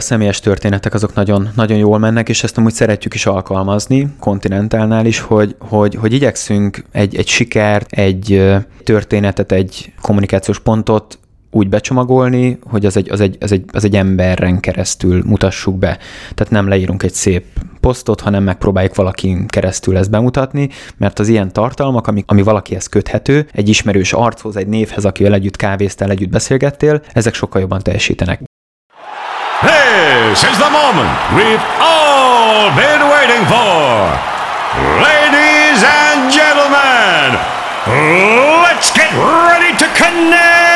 A személyes történetek azok nagyon, nagyon jól mennek, és ezt amúgy szeretjük is alkalmazni, Continentalnál is, hogy igyekszünk egy sikert, egy történetet, egy kommunikációs pontot úgy becsomagolni, hogy az egy emberen keresztül mutassuk be. Tehát nem leírunk egy szép posztot, hanem megpróbáljuk valakin keresztül ezt bemutatni, mert az ilyen tartalmak, ami valakihez köthető, egy ismerős archoz, egy névhez, akivel együtt kávéztál, együtt beszélgettél, ezek sokkal jobban teljesítenek. This is the moment we've all been waiting for. Ladies and gentlemen, let's get ready to connect!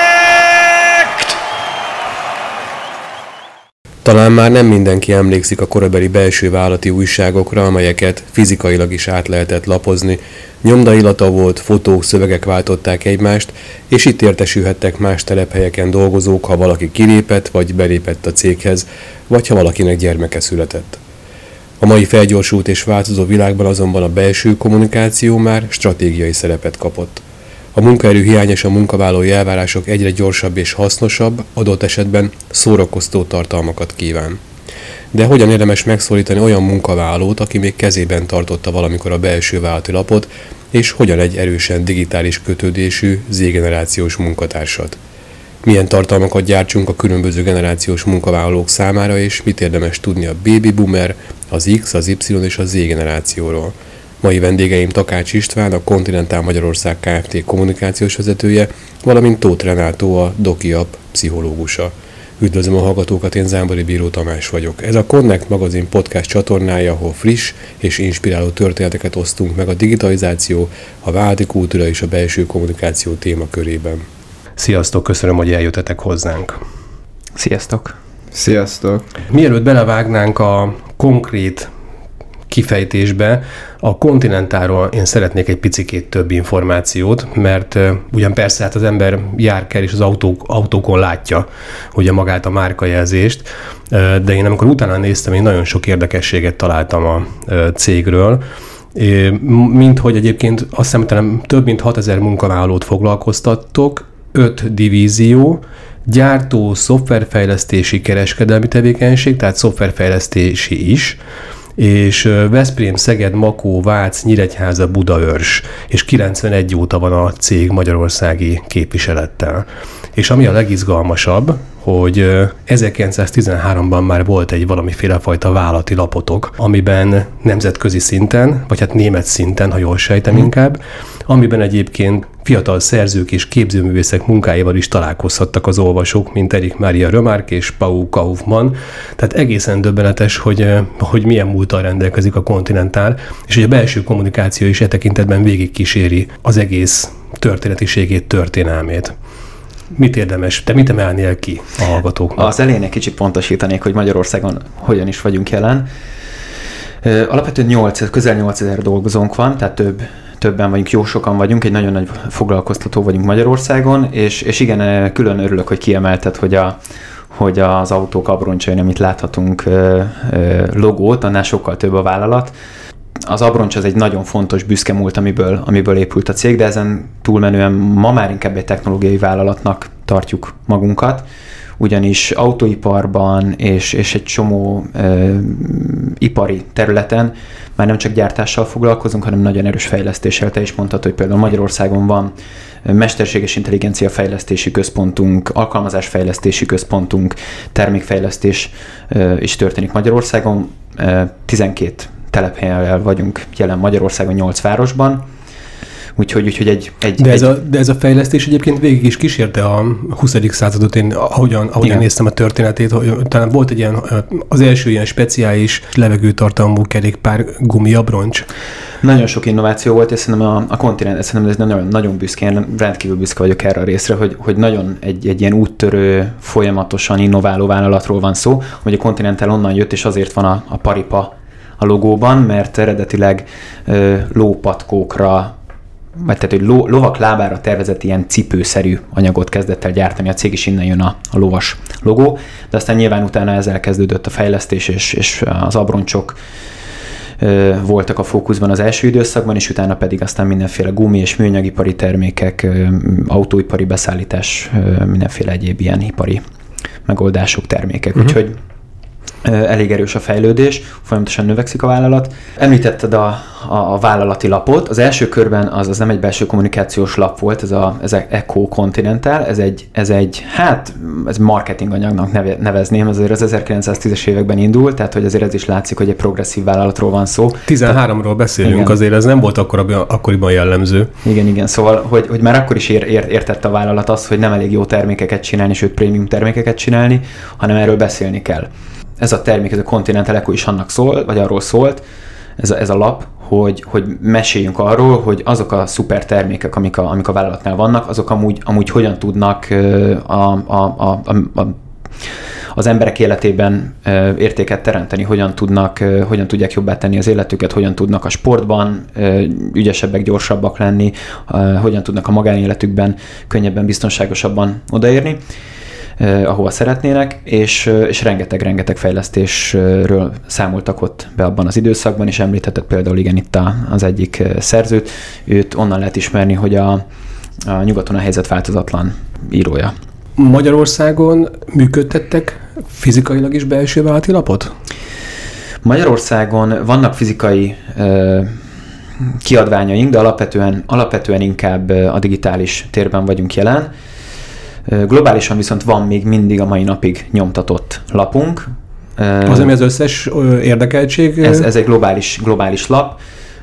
Talán már nem mindenki emlékszik a korabeli belső vállalati újságokra, amelyeket fizikailag is át lehetett lapozni. Nyomdaillata volt, fotók, szövegek váltották egymást, és itt értesülhettek más telephelyeken dolgozók, ha valaki kilépett vagy belépett a céghez, vagy ha valakinek gyermeke született. A mai felgyorsult és változó világban azonban a belső kommunikáció már stratégiai szerepet kapott. A munkaerő hiány és a munkavállalói elvárások egyre gyorsabb és hasznosabb, adott esetben szórakoztó tartalmakat kíván. De hogyan érdemes megszólítani olyan munkavállalót, aki még kezében tartotta valamikor a belső vállalati lapot, és hogyan egy erősen digitális kötődésű Z-generációs munkatársat? Milyen tartalmakat gyártsunk a különböző generációs munkavállalók számára, és mit érdemes tudni a Baby Boomer, az X, az Y és a Z generációról? Mai vendégeim Takács István, a Continental Magyarország Kft. Kommunikációs vezetője, valamint Tóth Renátó, a DokiApp pszichológusa. Üdvözlöm a hallgatókat, én Zámbori Bíró Tamás vagyok. Ez a Connect magazin podcast csatornája, ahol friss és inspiráló történeteket osztunk meg a digitalizáció, a vállalati kultúra és a belső kommunikáció témakörében. Sziasztok, köszönöm, hogy eljöttetek hozzánk. Sziasztok! Sziasztok! Mielőtt belevágnánk a konkrét kifejtésbe, a Continentalról én szeretnék egy picikét több információt, mert ugyan persze hát az ember jár kell és az autókon látja ugye magát a márkajelzést, de én amikor utána néztem, én nagyon sok érdekességet találtam a cégről, mint hogy egyébként azt hiszem, több mint 6000 munkavállalót foglalkoztattok, 5 divízió, gyártó, szoftverfejlesztési, kereskedelmi tevékenység, tehát szoftverfejlesztési is, és Veszprém, Szeged, Makó, Vác, Nyíregyháza, Budaörs, és 91 óta van a cég magyarországi képviselettel. És ami a legizgalmasabb, hogy 1913-ban már volt egy valamiféle fajta vállalati lapotok, amiben nemzetközi szinten, vagy hát német szinten, ha jól sejtem inkább, amiben egyébként fiatal szerzők és képzőművészek munkáival is találkozhattak az olvasók, mint Erich Maria Remarque és Paul Kaufmann. Tehát egészen döbbenetes, hogy milyen múlttal rendelkezik a Continental, és hogy a belső kommunikáció is e tekintetben végigkíséri az egész történetiségét, történelmét. Mit érdemes? Te mit emelnél ki a hallgatóknak? Az elején egy kicsit pontosítanék, hogy Magyarországon hogyan is vagyunk jelen. Alapvetően közel 8000 dolgozónk van, tehát többen vagyunk, jó sokan vagyunk, egy nagyon nagy foglalkoztató vagyunk Magyarországon, és igen, külön örülök, hogy kiemelted, hogy az autók abroncsain, amit láthatunk logót, annál sokkal több a vállalat. Az abroncs az egy nagyon fontos büszke múlt, amiből épült a cég, de ezen túlmenően ma már inkább egy technológiai vállalatnak tartjuk magunkat, ugyanis autóiparban és egy csomó ipari területen már nem csak gyártással foglalkozunk, hanem nagyon erős fejlesztéssel. Te is mondtad, hogy például Magyarországon van mesterséges intelligencia fejlesztési központunk, alkalmazásfejlesztési központunk, termékfejlesztés is történik Magyarországon. 12 telephelyen vagyunk jelen Magyarországon, 8 városban. Úgyhogy egy... De ez a fejlesztés egyébként végig is kísérte a 20. századot, én ahogyan néztem a történetét, hogy talán volt egy ilyen, az első ilyen speciális levegőtartalmú kerékpár gumiabroncs. Nagyon sok innováció volt, és szerintem a kontinent, szerintem ez nagyon büszke, én rendkívül büszke vagyok erre a részre, hogy nagyon egy ilyen úttörő, folyamatosan innováló vállalatról van szó, hogy a Continental onnan jött, és azért van a paripa a logóban, mert eredetileg lópatkókra, vagy tehát, hogy lovak lábára tervezett ilyen cipőszerű anyagot kezdett el gyártani a cég, és innen jön a lovas logó, de aztán nyilván utána ezzel kezdődött a fejlesztés, és az abroncsok voltak a fókuszban az első időszakban, és utána pedig aztán mindenféle gumi és műanyagipari termékek, autóipari beszállítás, mindenféle egyéb ilyen ipari megoldások, termékek. Úgyhogy elég erős a fejlődés, folyamatosan növekszik a vállalat. Említetted a vállalati lapot. Az első körben az nem egy belső kommunikációs lap volt, ez Eco Continental, ez marketing anyagnak nevezném, azért az 1910-es években indult, tehát hogy azért ez is látszik, hogy egy progresszív vállalatról van szó. 13-ról beszélünk, igen. Azért ez nem volt akkoriban jellemző. Igen, szóval, hogy már akkor is értette a vállalat azt, hogy nem elég jó termékeket csinálni, sőt prémium termékeket csinálni, hanem erről beszélni kell. Ez a termék, ez a Continental Eco is annak szól, vagy arról szólt, ez a lap, hogy meséljünk arról, hogy azok a szuper termékek, amik a vállalatnál vannak, azok amúgy hogyan tudnak az emberek életében értéket teremteni, hogyan tudják jobbá tenni az életüket, hogyan tudnak a sportban ügyesebbek, gyorsabbak lenni, hogyan tudnak a magánéletükben könnyebben, biztonságosabban odaérni, ahova szeretnének, és rengeteg fejlesztésről számoltak ott be abban az időszakban, és említetted például itt az egyik szerzőt, őt onnan lehet ismerni, hogy a Nyugaton a helyzet változatlan írója. Magyarországon működtettek fizikailag is belső vállalati lapot? Magyarországon vannak fizikai kiadványaink, de alapvetően inkább a digitális térben vagyunk jelen. Globálisan viszont van még mindig a mai napig nyomtatott lapunk. Az, ami az összes érdekeltség? Ez egy globális lap.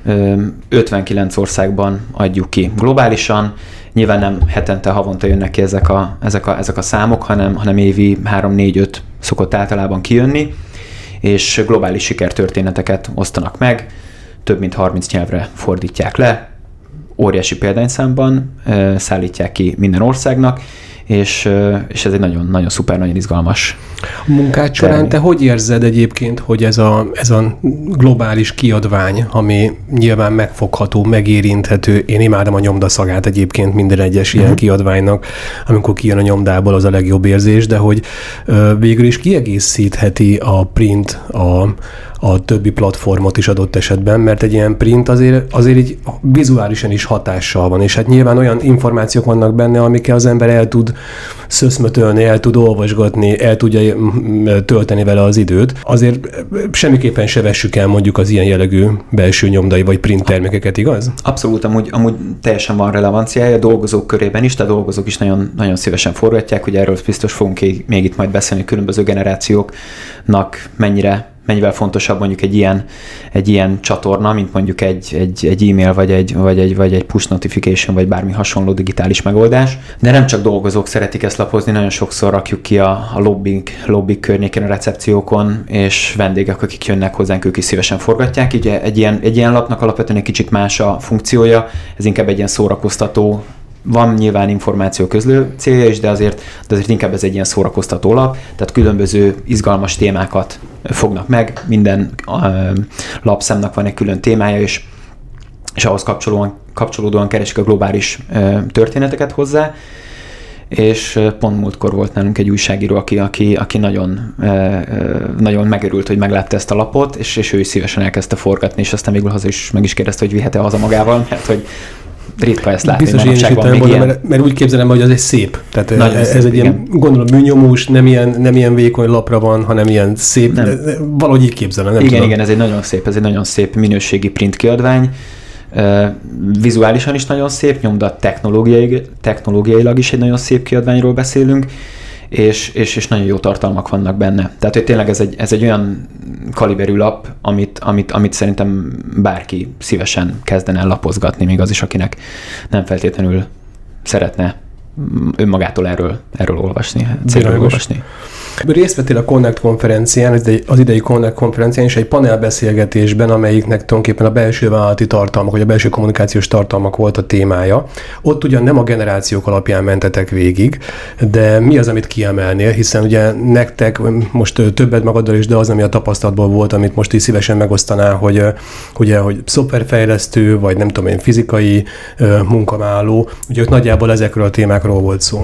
59 országban adjuk ki globálisan. Nyilván nem hetente, havonta jönnek ki ezek a számok, hanem évi 3-4-5 szokott általában kijönni, és globális sikertörténeteket osztanak meg, több mint 30 nyelvre fordítják le, óriási példányszámban szállítják ki minden országnak, és ez egy nagyon, nagyon szuper, nagyon izgalmas munkád során te hogy érzed egyébként, hogy ez a globális kiadvány, ami nyilván megfogható, megérinthető, én imádom a nyomdaszagát egyébként minden egyes ilyen kiadványnak, amikor kijön a nyomdából, az a legjobb érzés, de hogy végül is kiegészítheti a print a többi platformot is adott esetben, mert egy ilyen print azért így vizuálisan is hatással van, és hát nyilván olyan információk vannak benne, amikkel az ember el tud szöszmötölni, el tud olvasgatni, el tudja tölteni vele az időt. Azért semmiképpen se vessük el mondjuk az ilyen jellegű belső nyomdai vagy print termékeket, igaz? Abszolút, amúgy teljesen van relevanciája, a dolgozók körében is, tehát a dolgozók is nagyon, nagyon szívesen forgatják, hogy erről biztos fogunk még itt majd beszélni, különböző generációknak mennyivel fontosabb mondjuk egy ilyen csatorna, mint mondjuk egy e-mail, vagy egy push notification, vagy bármi hasonló digitális megoldás. De nem csak dolgozók szeretik ezt lapozni, nagyon sokszor rakjuk ki a lobbik környékén, a recepciókon, és vendégek, akik jönnek hozzánk, ők is szívesen forgatják. Így egy ilyen lapnak alapvetően egy kicsit más a funkciója, ez inkább egy ilyen szórakoztató, van nyilván információ közlő célja is, de azért inkább ez egy ilyen szórakoztató lap, tehát különböző izgalmas témákat fognak meg, minden lapszemnak van egy külön témája, és ahhoz kapcsolódóan keresik a globális történeteket hozzá, és pont múltkor volt nálunk egy újságíró, aki nagyon megörült, hogy meglátta ezt a lapot, és ő is szívesen elkezdte forgatni, és aztán végül haza is meg is kérdezte, hogy vihet-e haza magával, mert hogy ritka ezt látni. Biztos én is mert úgy képzelem, hogy az egy szép. Tehát ez egy ilyen, gondolom, műnyomós, nem ilyen vékony lapra van, hanem ilyen szép. Valahogy így képzelem, nem tudom. Igen, ez egy nagyon szép minőségi print kiadvány. Vizuálisan is nagyon szép, nyomda technológiailag is egy nagyon szép kiadványról beszélünk, és nagyon jó tartalmak vannak benne. Tehát, hogy tényleg ez egy olyan kaliberű lap, amit szerintem bárki szívesen kezdene el lapozgatni, még az is, akinek nem feltétlenül szeretne önmagától erről olvasni, olvasni. Részt vettél a Connect konferencián, az idei Connect konferencián és egy panelbeszélgetésben, amelyiknek tulajdonképpen a belső vállalati tartalmak, vagy a belső kommunikációs tartalmak volt a témája. Ott ugyan nem a generációk alapján mentetek végig, de mi az, amit kiemelnél, hiszen ugye nektek most többet magaddal is, de az, ami a tapasztalatból volt, amit most is szívesen megosztanál, hogy szoftverfejlesztő, vagy nem tudom én, fizikai munkavállaló, ugye ott nagyjából ezekről a témákról volt szó.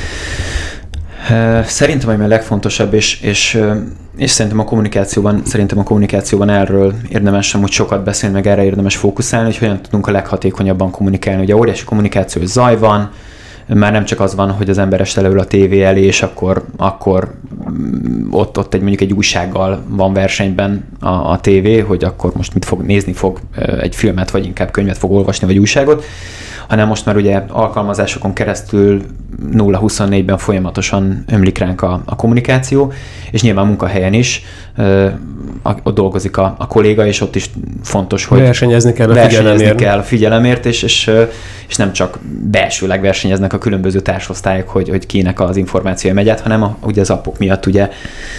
Szerintem ami a legfontosabb, és szerintem a kommunikációban erről érdemes amúgy sokat beszélni, meg erre érdemes fókuszálni, hogy hogyan tudunk a leghatékonyabban kommunikálni. Ugye óriási kommunikációs zaj van, már nem csak az van, hogy az ember este leül a tévé elé, és akkor ott mondjuk egy újsággal van versenyben a tévé, hogy akkor most mit fog nézni, egy filmet, vagy inkább könyvet fog olvasni, vagy újságot, hanem most már ugye alkalmazásokon keresztül 0-24-ben folyamatosan ömlik ránk a kommunikáció, és nyilván munkahelyen is ott dolgozik a kolléga, és ott is fontos, hogy versenyezni kell a figyelemért, és nem csak belsőleg versenyeznek a különböző társosztályok, hogy kinek az információja megy át, hanem ugye az appok miatt ugye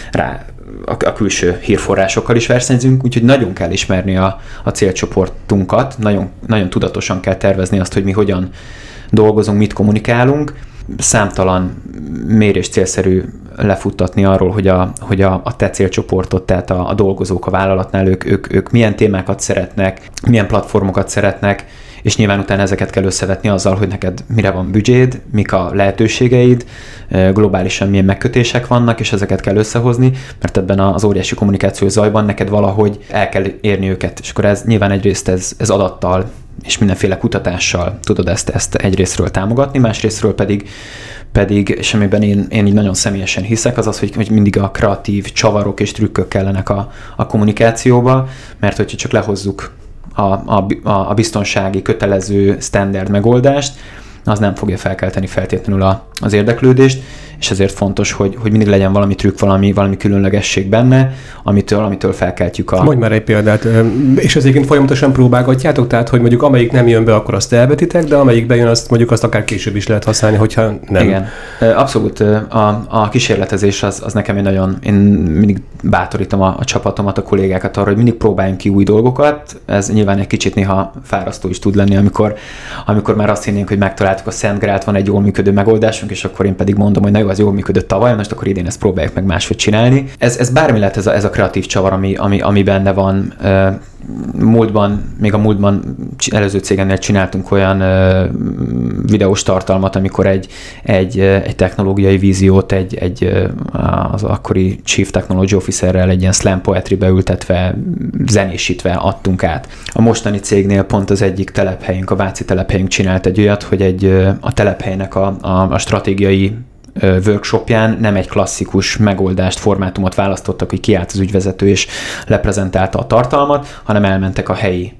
a külső hírforrásokkal is versenyzünk, úgyhogy nagyon kell ismerni a célcsoportunkat, nagyon, nagyon tudatosan kell tervezni azt, hogy mi hogyan dolgozunk, mit kommunikálunk. Számtalan mérés célszerű lefuttatni arról, hogy a te célcsoportot, tehát a dolgozók a vállalatnál, ők milyen témákat szeretnek, milyen platformokat szeretnek, és nyilván utána ezeket kell összevetni azzal, hogy neked mire van büdzséd, mik a lehetőségeid, globálisan milyen megkötések vannak, és ezeket kell összehozni, mert ebben az óriási kommunikációs zajban neked valahogy el kell érni őket. És akkor ez nyilván egyrészt ez adattal és mindenféle kutatással tudod ezt egyrésztről támogatni, másrésztről pedig és amiben én így nagyon személyesen hiszek, az, hogy mindig a kreatív csavarok és trükkök kellenek a kommunikációba, mert hogyha csak lehozzuk a biztonsági, kötelező standard megoldást, az nem fogja felkelteni feltétlenül az érdeklődést, és ezért fontos, hogy mindig legyen valami trükk, valami különlegesség benne, amitől felkeltjük Mondj már egy példát, és ezért folyamatosan próbálgatjátok, tehát hogy mondjuk amelyik nem jön be, akkor azt elvetitek, de amelyik bejön, azt akár később is lehet használni, hogyha nem. Igen, abszolút a kísérletezés az nekem én mindig bátorítom a csapatomat, a kollégákat arra, hogy mindig próbáljunk ki új dolgokat. Ez nyilván egy kicsit néha fárasztó is tud lenni, amikor már azt hinnénk, hogy megtaláltuk a Szent Grált, van egy jól működő megoldásunk, és akkor én pedig mondom, hogy na jó, az jól működött tavaly, most akkor idén ezt próbáljuk meg máshogy csinálni. Ez bármi lehet ez a kreatív csavar, ami benne van. Még a múltban előző cégennél csináltunk olyan videós tartalmat, amikor egy technológiai víziót az akkori Chief Technology Officerrel egy ilyen slam poetry beültetve, zenésítve adtunk át. A mostani cégnél pont az egyik telephelyünk, a Váci telephelyünk csinált egy olyat, hogy a telephelynek a stratégiai workshopján nem egy klasszikus megoldást, formátumot választottak, hogy kiállt az ügyvezető és leprezentálta a tartalmat, hanem elmentek a helyi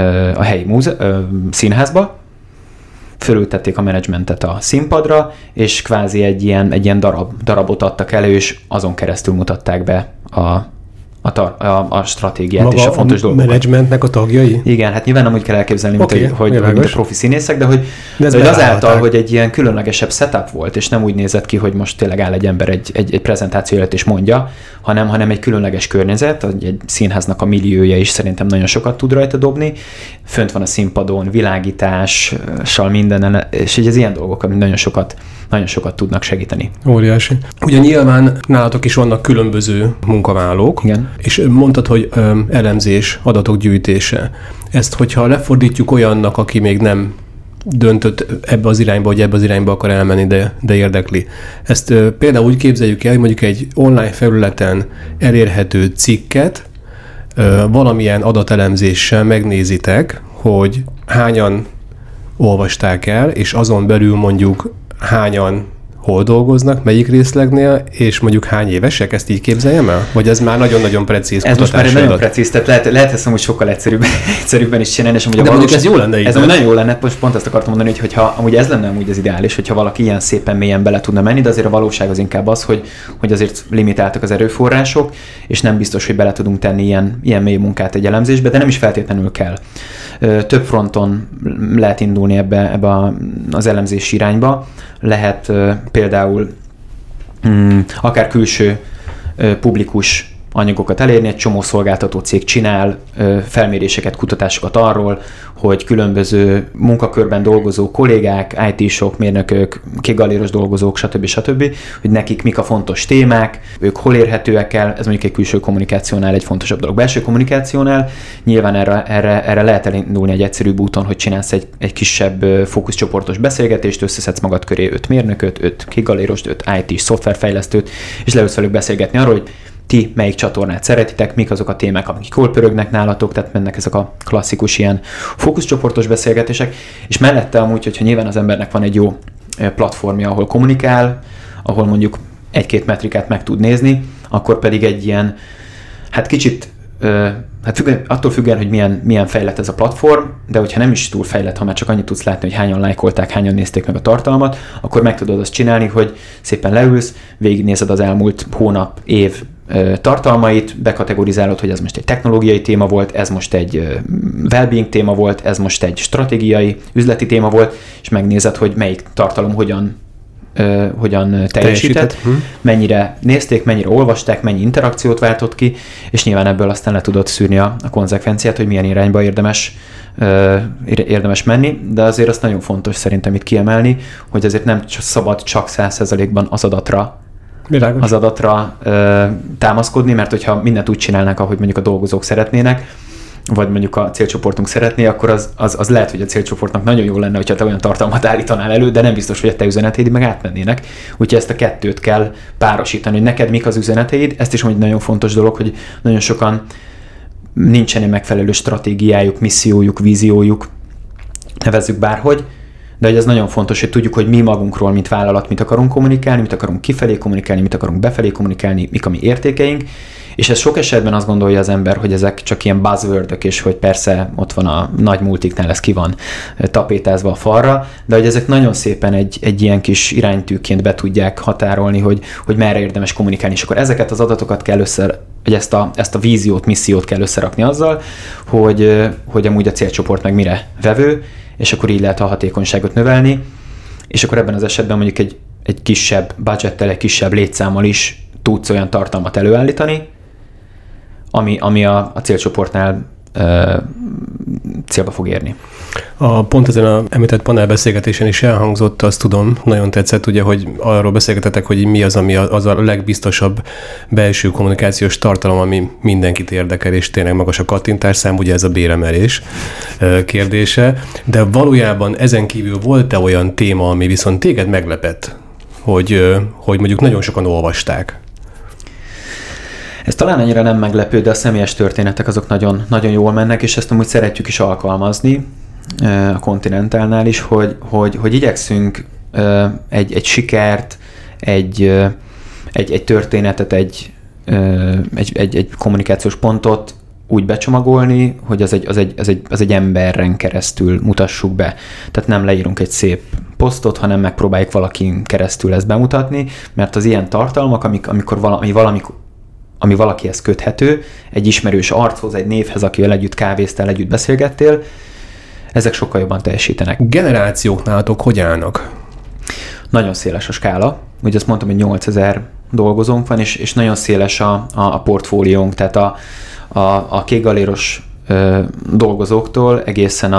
színházba, fölültették a menedzsmentet a színpadra, és kvázi egy ilyen darabot adtak elő, és azon keresztül mutatták be a stratégiát maga és a fontos dolgokat. A menedzsmentnek a tagjai? Igen, hát nyilván nem úgy kell elképzelni, hogy a profi színészek, de hogy azáltal, hogy egy ilyen különlegesebb setup volt, és nem úgy nézett ki, hogy most tényleg áll egy ember egy prezentáció előtt és mondja, hanem egy különleges környezet, egy színháznak a milliója is szerintem nagyon sokat tud rajta dobni. Fönt van a színpadon, világítással minden, és ez ilyen dolgok, amit nagyon sokat tudnak segíteni. Óriási. Ugye nyilván nálatok is vannak különböző munkavállalók, igen. És mondtad, hogy elemzés, adatok gyűjtése. Ezt, hogyha lefordítjuk olyannak, aki még nem döntött ebbe az irányba, hogy ebbe az irányba akar elmenni, de érdekli. Ezt például úgy képzeljük el, hogy mondjuk egy online felületen elérhető cikket valamilyen adatelemzéssel megnézitek, hogy hányan olvasták el, és azon belül mondjuk hányan hol dolgoznak, melyik részlegnél, és mondjuk hány évesek, ezt így képzeljem el? Vagy ez már nagyon-nagyon precíz ez most már egy nagyon precíz, tehát lehet ezt amúgy sokkal egyszerűbben is csinálni, és amúgy de mondjuk ez jó lenne így. Ez nagyon jó lenne, most pont ezt akartam mondani, hogy amúgy ez lenne amúgy az ideális, hogyha valaki ilyen szépen mélyen bele tudna menni, de azért a valóság az inkább az, hogy azért limitáltak az erőforrások, és nem biztos, hogy bele tudunk tenni ilyen mély munkát egy elemzésbe, de nem is feltétlenül kell. Több fronton lehet indulni ebbe az elemzés irányba. Lehet például akár külső publikus anyagokat elérni, egy csomó szolgáltató cég csinál felméréseket, kutatásokat arról, hogy különböző munkakörben dolgozó kollégák, IT-sok, mérnökök, kékgaléros dolgozók, stb., hogy nekik mik a fontos témák, ők hol érhetőek el, ez mondjuk egy külső kommunikációnál egy fontosabb dolog. Belső kommunikációnál nyilván erre lehet elindulni egy egyszerűbb úton, hogy csinálsz egy kisebb fókuszcsoportos beszélgetést, összeszedsz magad köré 5 mérnököt, 5 kékgalérost, 5 IT-s szoftverfejlesztőt, és leülsz velük beszélgetni arról, hogy ti melyik csatornát szeretitek, mik azok a témák, amik jól pörögnek nálatok, tehát mennek ezek a klasszikus ilyen fókuszcsoportos beszélgetések, és mellette amúgy, hogyha nyilván az embernek van egy jó platformja, ahol kommunikál, ahol mondjuk 1-2 metrikát meg tud nézni, akkor pedig egy ilyen, hát kicsit, attól függően, hogy milyen fejlett ez a platform, de hogyha nem is túl fejlett, ha már csak annyit tudsz látni, hogy hányan lájkolták, hányan nézték meg a tartalmat, akkor meg tudod azt csinálni, hogy szépen leülsz, végignézed az elmúlt hónap, év tartalmait, bekategorizálod, hogy ez most egy technológiai téma volt, ez most egy well-being téma volt, ez most egy stratégiai, üzleti téma volt, és megnézed, hogy melyik tartalom hogyan teljesített, mennyire nézték, mennyire olvasták, mennyi interakciót váltott ki, és nyilván ebből aztán le tudod szűrni a konzekvenciát, hogy milyen irányba érdemes menni, de azért azt nagyon fontos szerintem itt kiemelni, hogy azért nem szabad csak 100%-ban az adatra támaszkodni, mert hogyha mindent úgy csinálnák, ahogy mondjuk a dolgozók szeretnének, vagy mondjuk a célcsoportunk szeretné, akkor az lehet, hogy a célcsoportnak nagyon jó lenne, hogyha te olyan tartalmat állítanál elő, de nem biztos, hogy a te üzeneteid meg átmennének. Úgyhogy ezt a kettőt kell párosítani, hogy neked mik az üzeneteid. Ezt is mondjuk nagyon fontos dolog, hogy nagyon sokan nincsen megfelelő stratégiájuk, missziójuk, víziójuk, nevezzük bárhogy, de hogy ez nagyon fontos, hogy tudjuk, hogy mi magunkról, mint vállalat, mit akarunk kommunikálni, mit akarunk kifelé kommunikálni, mit akarunk befelé kommunikálni, mik a mi értékeink, és ez sok esetben azt gondolja az ember, hogy ezek csak ilyen buzzwordök, és hogy persze ott van a nagy multiknál, ez ki van tapétázva a falra, de hogy ezek nagyon szépen egy ilyen kis iránytűként be tudják határolni, hogy merre érdemes kommunikálni, és akkor ezeket az adatokat kell hogy ezt a víziót, missziót kell összerakni azzal, hogy amúgy a célcsoport meg mire vevő, és akkor így lehet a hatékonyságot növelni, és akkor ebben az esetben mondjuk egy kisebb budgettel, egy kisebb létszámmal is tudsz olyan tartalmat előállítani, ami a célcsoportnál célba fog érni. Pont ezen az említett panelbeszélgetésen is elhangzott, azt tudom, nagyon tetszett, ugye, hogy arról beszélgetetek, hogy mi az, ami az a legbiztosabb belső kommunikációs tartalom, ami mindenkit érdekel, és tényleg magas a kattintásszám, ugye ez a béremelés kérdése. De valójában ezen kívül volt-e olyan téma, ami viszont téged meglepett, hogy mondjuk nagyon sokan olvasták? Ez talán annyira nem meglepő, de a személyes történetek azok nagyon, nagyon jól mennek, és ezt amúgy szeretjük is alkalmazni a Continentalnál is, hogy igyekszünk egy sikert, egy történetet, egy kommunikációs pontot úgy becsomagolni, hogy az egy emberen keresztül mutassuk be. Tehát nem leírunk egy szép posztot, hanem megpróbáljuk valakin keresztül ezt bemutatni, mert az ilyen tartalmak, ami valakihez köthető, egy ismerős archoz, egy névhez, akivel együtt kávéztál, együtt beszélgettél, ezek sokkal jobban teljesítenek. Generációk nálatok hogy állnak? Nagyon széles a skála. Ugye azt mondtam, hogy 8000 dolgozónk van, és nagyon széles a portfóliónk, tehát a kékgaléros dolgozóktól egészen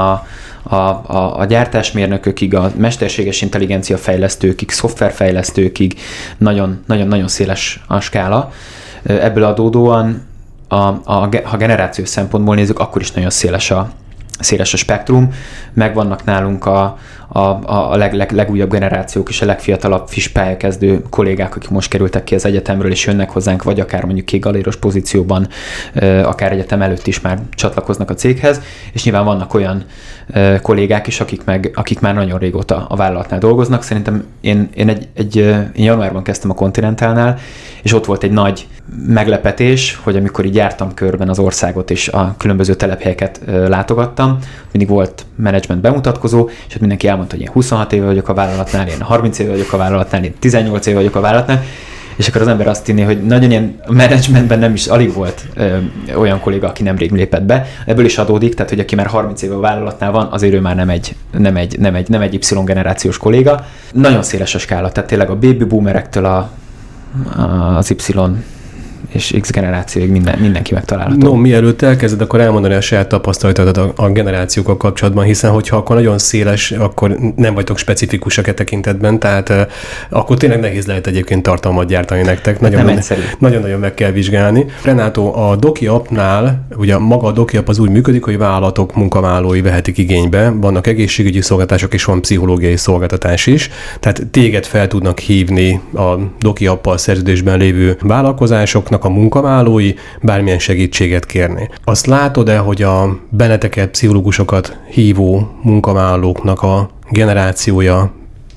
a gyártásmérnökökig, a mesterséges intelligencia fejlesztőkig, szoftverfejlesztőkig nagyon széles a skála. Ebből adódóan, ha generációs szempontból nézzük, akkor is nagyon széles a spektrum. Megvannak nálunk a legújabb generációk és a legfiatalabb friss pályakezdő kollégák, akik most kerültek ki az egyetemről, és jönnek hozzánk, vagy akár mondjuk kékgaléros pozícióban, akár egyetem előtt is már csatlakoznak a céghez, és nyilván vannak olyan kollégák is, akik már nagyon régóta a vállalatnál dolgoznak. Szerintem én januárban kezdtem a Continentalnál, és ott volt egy nagy meglepetés, hogy amikor így jártam körben az országot, és a különböző telephelyeket látogattam, mindig volt menedzsment bemutatkozó, és ott mindenki elmondta, hogy én 26 éve vagyok a vállalatnál, én 30 éve vagyok a vállalatnál, én 18 éve vagyok a vállalatnál, és akkor az ember azt hinné, hogy nagyon ilyen menedzsmentben nem is alig volt olyan kolléga, aki nemrég lépett be. Ebből is adódik, tehát hogy aki már 30 éve a vállalatnál van, azért ő már nem egy Y-generációs kolléga. Nagyon széles a skála, tehát tényleg a baby boomerektől az Y és X generációig mindenki megtalálható. No, mielőtt elkezded, akkor elmondani a saját tapasztalatodat a generációkkal kapcsolatban, hiszen hogyha akkor nagyon széles, akkor nem vagytok specifikusak e tekintetben, tehát akkor tényleg nehéz lehet egyébként tartalmat gyártani nektek. Nagyon-nagyon meg kell vizsgálni. Renátó, a Doki Appnál, ugye maga a Doki App az úgy működik, hogy vállalatok munkavállalói vehetik igénybe, vannak egészségügyi szolgáltatások és van pszichológiai szolgáltatás is, tehát téged fel tudnak hívni a Doki Appal szerződésben lévő vállalkozásoknak, a munkavállalói bármilyen segítséget kérni. Azt látod-e, hogy a benneteket, pszichológusokat hívó munkavállalóknak a generációja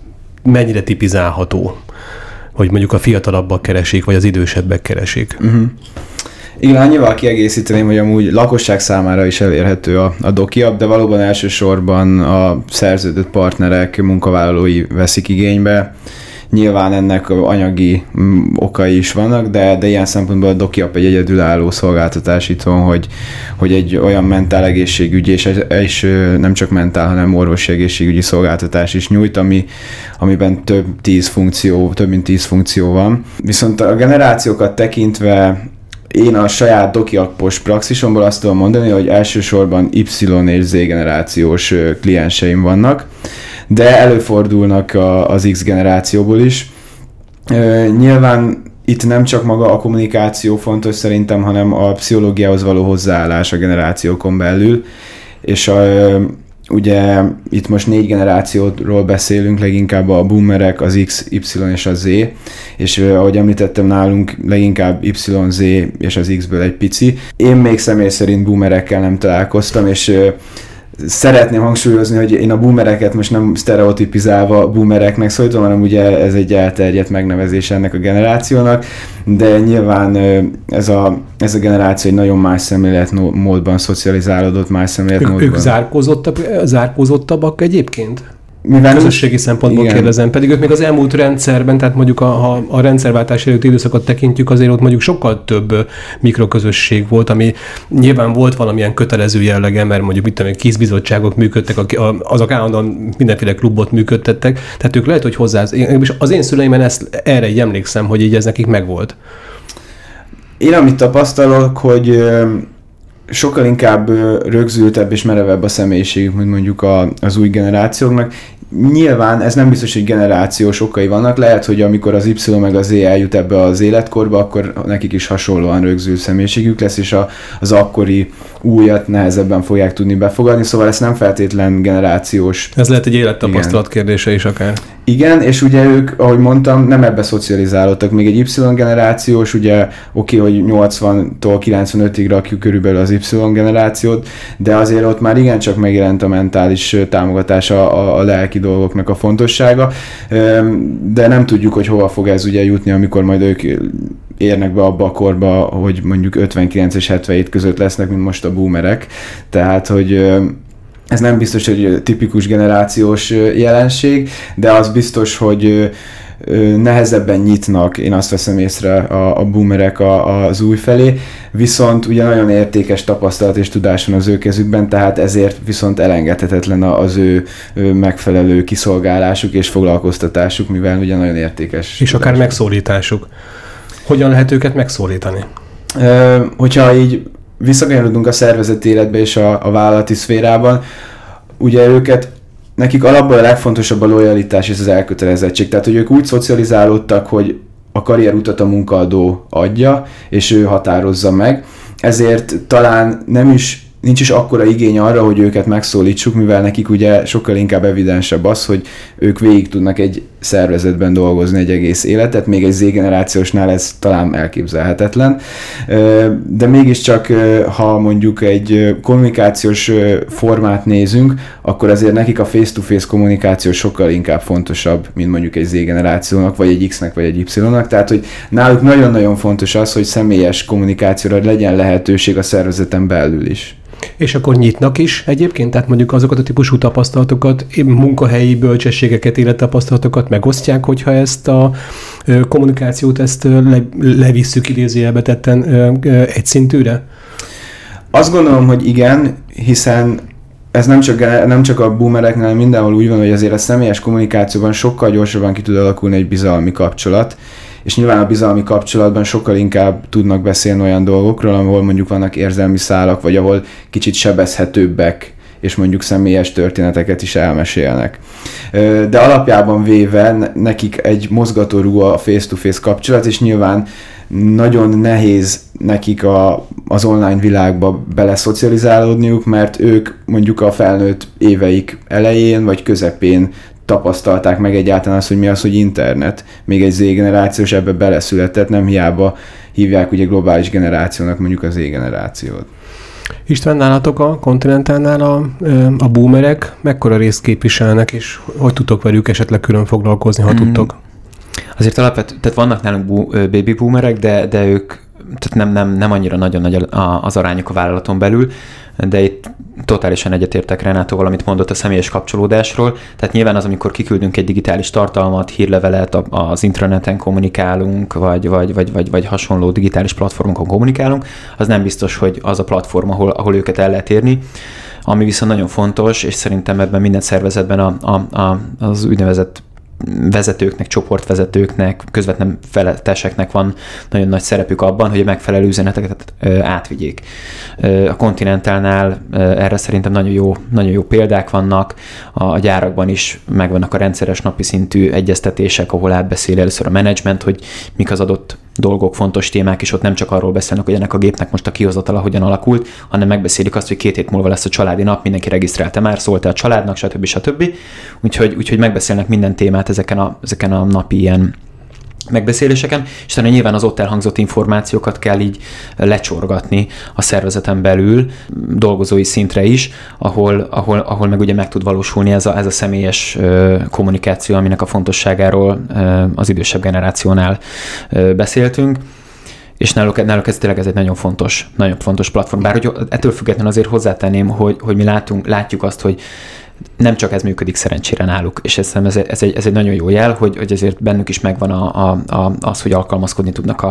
mennyire tipizálható, hogy mondjuk a fiatalabbak keresik, vagy az idősebbek keresik? Igen, annyival kiegészíteném, hogy amúgy lakosság számára is elérhető a DokiApp, de valóban elsősorban a szerződött partnerek, munkavállalói veszik igénybe. Nyilván ennek anyagi okai is vannak, de ilyen szempontból a DokiApp egy egyedülálló szolgáltatás itthon, hogy egy olyan mentál egészségügyi, és nem csak mentál, hanem orvosi egészségügyi szolgáltatás is nyújt, amiben több mint 10 funkció van. Viszont a generációkat tekintve én a saját DokiAppos praxisomból azt tudom mondani, hogy elsősorban Y és Z generációs klienseim vannak, de előfordulnak az X generációból is. Nyilván itt nem csak maga a kommunikáció fontos szerintem, hanem a pszichológiához való hozzáállás a generációkon belül, és ugye itt most 4 generációról beszélünk, leginkább a boomerek, az X, Y és a Z, és ahogy említettem, nálunk leginkább Y, Z és az X-ből egy pici. Én még személy szerint boomerekkel nem találkoztam, és szeretném hangsúlyozni, hogy én a boomereket most nem sztereotipizálva boomereknek szólítom, hanem ugye ez egy elterjedt megnevezés ennek a generációnak, de nyilván ez a generáció egy nagyon más szemléletmódban szocializálódott, más szemléletmódban. Ők zárkózottabbak egyébként? Mivel közösségi szempontból igen. Kérdezem, pedig ők még az elmúlt rendszerben, tehát mondjuk ha a rendszerváltás előtti időszakot tekintjük, azért ott mondjuk sokkal több mikroközösség volt, ami nyilván volt valamilyen kötelező jellege, mert mondjuk mit tudom, KISZ-bizottságok működtek, azok állandóan mindenféle klubot működtettek, tehát ők lehet, hogy és az én szüleimen erre így emlékszem, hogy így ez nekik megvolt. Én amit tapasztalok, hogy sokkal inkább rögzültebb és merevebb a személyiségük, mint mondjuk az új generációknak. Nyilván ez nem biztos, hogy generációs okai vannak, lehet, hogy amikor az Y meg az Z eljut ebbe az életkorba, akkor nekik is hasonlóan rögzült személyiségük lesz, és az akkori újat nehezebben fogják tudni befogadni, szóval ez nem feltétlen generációs. Ez lehet egy élettapasztalat kérdése is akár. Igen, és ugye ők, ahogy mondtam, nem ebbe szocializálódtak. Még egy Y generációs, ugye oké, hogy 80-tól 95-ig rakjuk körülbelül az Y generációt, de azért ott már igencsak megjelent a mentális támogatása, a lelki dolgoknak a fontossága, de nem tudjuk, hogy hova fog ez ugye jutni, amikor majd ők érnek be abba a korba, hogy mondjuk 59 és 77 között lesznek, mint most a boomerek. Tehát, hogy ez nem biztos, hogy tipikus generációs jelenség, de az biztos, hogy nehezebben nyitnak, én azt veszem észre a boomerek az új felé, viszont ugye nagyon értékes tapasztalat és tudás van az ő kezükben, tehát ezért viszont elengedhetetlen az ő megfelelő kiszolgálásuk és foglalkoztatásuk, mivel ugye nagyon értékes. És akár megszólításuk. Hogyan lehet őket megszólítani? Hogyha így visszakanyarodunk a szervezeti életbe és a vállalati szférában, ugye nekik alapból a legfontosabb a lojalitás és az elkötelezettség. Tehát, hogy ők úgy szocializálódtak, hogy a karrierutat a munkaadó adja, és ő határozza meg. Ezért talán nincs is akkora igény arra, hogy őket megszólítsuk, mivel nekik ugye sokkal inkább evidensebb az, hogy ők végig tudnak egy szervezetben dolgozni egy egész életet, még egy Z-generációsnál ez talán elképzelhetetlen. De mégiscsak, ha mondjuk egy kommunikációs formát nézünk, akkor azért nekik a face-to-face kommunikáció sokkal inkább fontosabb, mint mondjuk egy Z-generációnak, vagy egy X-nek, vagy egy Y-nak. Tehát, hogy náluk nagyon-nagyon fontos az, hogy személyes kommunikációra legyen lehetőség a szervezeten belül is. És akkor nyitnak is egyébként? Tehát mondjuk azokat a típusú tapasztalatokat, munkahelyi bölcsességeket, élettapasztalatokat megosztják, hogyha ezt a kommunikációt levisszük idézőjelbe tetten egy szintűre? Azt gondolom, hogy igen, hiszen ez nem csak a boomereknél, hanem mindenhol úgy van, hogy azért a személyes kommunikációban sokkal gyorsabban ki tud alakulni egy bizalmi kapcsolat, és nyilván a bizalmi kapcsolatban sokkal inkább tudnak beszélni olyan dolgokról, ahol mondjuk vannak érzelmi szálak, vagy ahol kicsit sebezhetőbbek, és mondjuk személyes történeteket is elmesélnek. De alapjában véve nekik egy mozgatórugó a face-to-face kapcsolat, és nyilván nagyon nehéz nekik az online világba beleszocializálódniuk, mert ők mondjuk a felnőtt éveik elején vagy közepén tapasztalták meg egyáltalán azt, hogy mi az, hogy internet. Még egy Z-generációs ebbe beleszületett, nem hiába hívják ugye globális generációnak mondjuk az Z-generációt. István, nálatok a Continentalnál a boomerek mekkora részt képviselnek, és hogy tudtok velük esetleg külön foglalkozni, ha tudtok? Azért tehát vannak nálunk baby boomerek, de ők tehát nem annyira nagyon nagy az arányok a vállalaton belül, de itt totálisan egyetértek Renátóval, amit mondott a személyes kapcsolódásról. Tehát nyilván az, amikor kiküldünk egy digitális tartalmat, hírlevelet, az intraneten kommunikálunk, vagy hasonló digitális platformokon kommunikálunk, az nem biztos, hogy az a platform, ahol őket el lehet érni. Ami viszont nagyon fontos, és szerintem ebben minden szervezetben az úgynevezett vezetőknek, csoportvezetőknek, közvetlen feleteseknek van nagyon nagy szerepük abban, hogy a megfelelő üzeneteket átvigyék. A Continentalnál erre szerintem nagyon jó példák vannak, a gyárakban is megvannak a rendszeres napi szintű egyeztetések, ahol átbeszél először a menedzsment, hogy mik az adott dolgok, fontos témák, és ott nem csak arról beszélnek, hogy ennek a gépnek most a kihozatala hogyan alakult, hanem megbeszélik azt, hogy 2 hét múlva lesz a családi nap, mindenki regisztrálta már, szólt-e a családnak, stb. Úgyhogy megbeszélnek minden témát ezeken a napi ilyen megbeszéléseken, és talán nyilván az ott elhangzott információkat kell így lecsorgatni a szervezeten belül, dolgozói szintre is, ahol meg ugye meg tud valósulni ez a személyes kommunikáció, aminek a fontosságáról az idősebb generációnál beszéltünk. És náluk ez tényleg egy nagyon fontos platform. Bár hogy ettől függetlenül azért hozzátenném, hogy mi látjuk azt, hogy nem csak ez működik szerencsére náluk, és ez egy nagyon jó jel, hogy ezért bennük is megvan az, hogy alkalmazkodni tudnak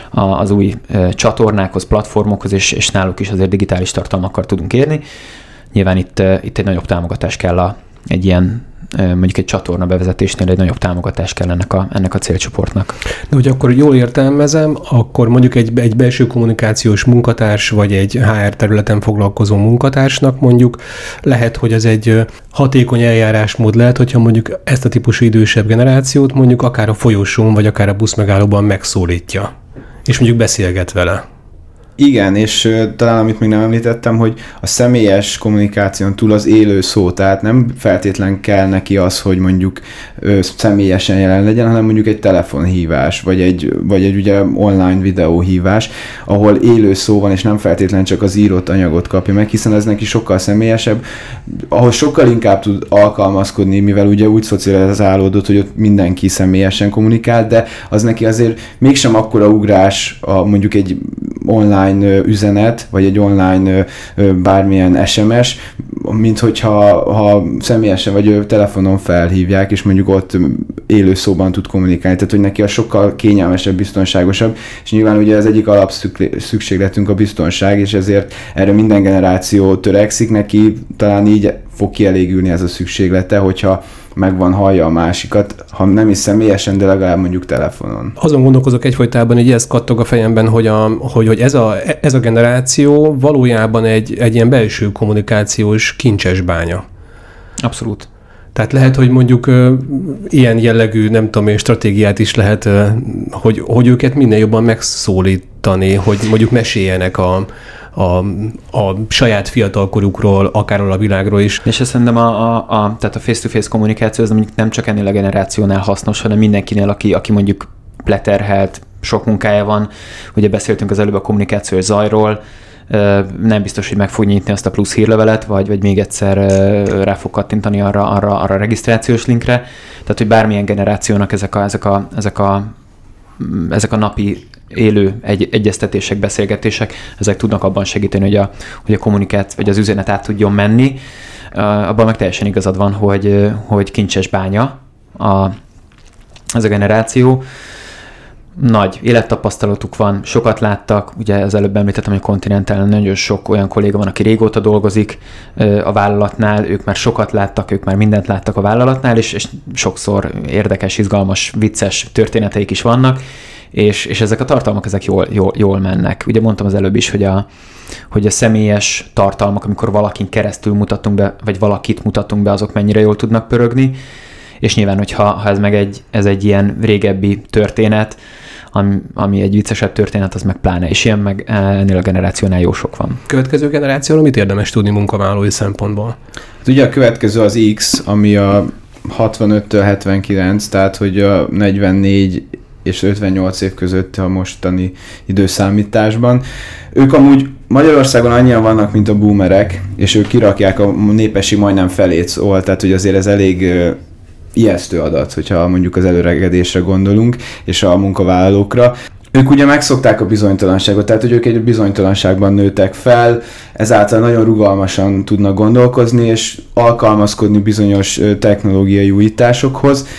az új csatornákhoz, platformokhoz, és náluk is azért digitális tartalmakkal tudunk érni. Nyilván itt egy nagyobb támogatás kell egy ilyen mondjuk egy csatorna bevezetésnél egy nagyobb támogatás kell ennek a célcsoportnak. De hogy akkor jól értelmezem, akkor mondjuk egy belső kommunikációs munkatárs, vagy egy HR területen foglalkozó munkatársnak mondjuk lehet, hogy ez egy hatékony eljárásmód lehet, hogyha mondjuk ezt a típusú idősebb generációt mondjuk akár a folyosón, vagy akár a buszmegállóban megszólítja, és mondjuk beszélget vele. Igen, és talán amit még nem említettem, hogy a személyes kommunikáción túl az élő szó, tehát nem feltétlen kell neki az, hogy mondjuk személyesen jelen legyen, hanem mondjuk egy telefonhívás, vagy egy ugye online videóhívás, ahol élő szó van, és nem feltétlen csak az írott anyagot kapja meg, hiszen ez neki sokkal személyesebb, ahol sokkal inkább tud alkalmazkodni, mivel ugye úgy szocializálódott, hogy ott mindenki személyesen kommunikál, de az neki azért mégsem akkora ugrás mondjuk egy online üzenet, vagy egy online bármilyen SMS, mint hogyha személyesen vagy telefonon felhívják, és mondjuk ott élő szóban tud kommunikálni. Tehát, hogy neki a sokkal kényelmesebb, biztonságosabb, és nyilván ugye az egyik alapszükségletünk a biztonság, és ezért erre minden generáció törekszik, neki talán így fog kielégülni ez a szükséglete, hogyha hallja a másikat, ha nem is személyesen, de legalább mondjuk telefonon. Azon gondolkozok egyfolytában, hogy ez kattog a fejemben, hogy ez a generáció valójában egy ilyen belső kommunikációs kincses bánya. Abszolút. Tehát lehet, hogy mondjuk ilyen jellegű, nem tudom én, stratégiát is lehet, hogy őket minél jobban megszólítani, hogy mondjuk meséljenek a saját fiatalkorukról, akár a világról is. És ezt szerintem tehát a face-to-face kommunikáció az nem csak ennél a generációnál hasznos, hanem mindenkinél, aki mondjuk leterhelt, sok munkája van. Ugye beszéltünk az előbb a kommunikációs zajról, nem biztos, hogy meg fog nyitni azt a plusz hírlevelet, vagy még egyszer rá fog kattintani arra a regisztrációs linkre. Tehát, hogy bármilyen generációnak ezek a napi élő egyeztetések, beszélgetések, ezek tudnak abban segíteni, hogy a kommunikáció, vagy az üzenet át tudjon menni. Abban meg teljesen igazad van, hogy kincses bánya ez a generáció. Nagy élettapasztalatuk van, sokat láttak, ugye az előbb említettem, hogy a Continentalon nagyon sok olyan kolléga van, aki régóta dolgozik a vállalatnál, ők már sokat láttak, ők már mindent láttak a vállalatnál, és sokszor érdekes, izgalmas, vicces történeteik is vannak, és ezek a tartalmak ezek jól mennek. Ugye mondtam az előbb is, hogy a személyes tartalmak, amikor valakin keresztül mutatunk be, vagy valakit mutatunk be, azok mennyire jól tudnak pörögni, és nyilván, hogyha ez egy ilyen régebbi történet, ami egy viccesebb történet, az meg pláne, és ilyen meg ennél a generációnál jó sok van. Következő generációról mit érdemes tudni munkavállalói szempontból? Hát ugye a következő az X, ami a 65-től 79, tehát hogy a 44 és 58 év között a mostani időszámításban. Ők amúgy Magyarországon annyian vannak, mint a boomerek, és ők kirakják a népesség majdnem felét, szóval, tehát hogy azért ez elég ijesztő adat, hogyha mondjuk az előregedésre gondolunk, és a munkavállalókra. Ők ugye megszokták a bizonytalanságot, tehát hogy ők egy bizonytalanságban nőttek fel, ezáltal nagyon rugalmasan tudnak gondolkozni, és alkalmazkodni bizonyos technológiai újításokhoz.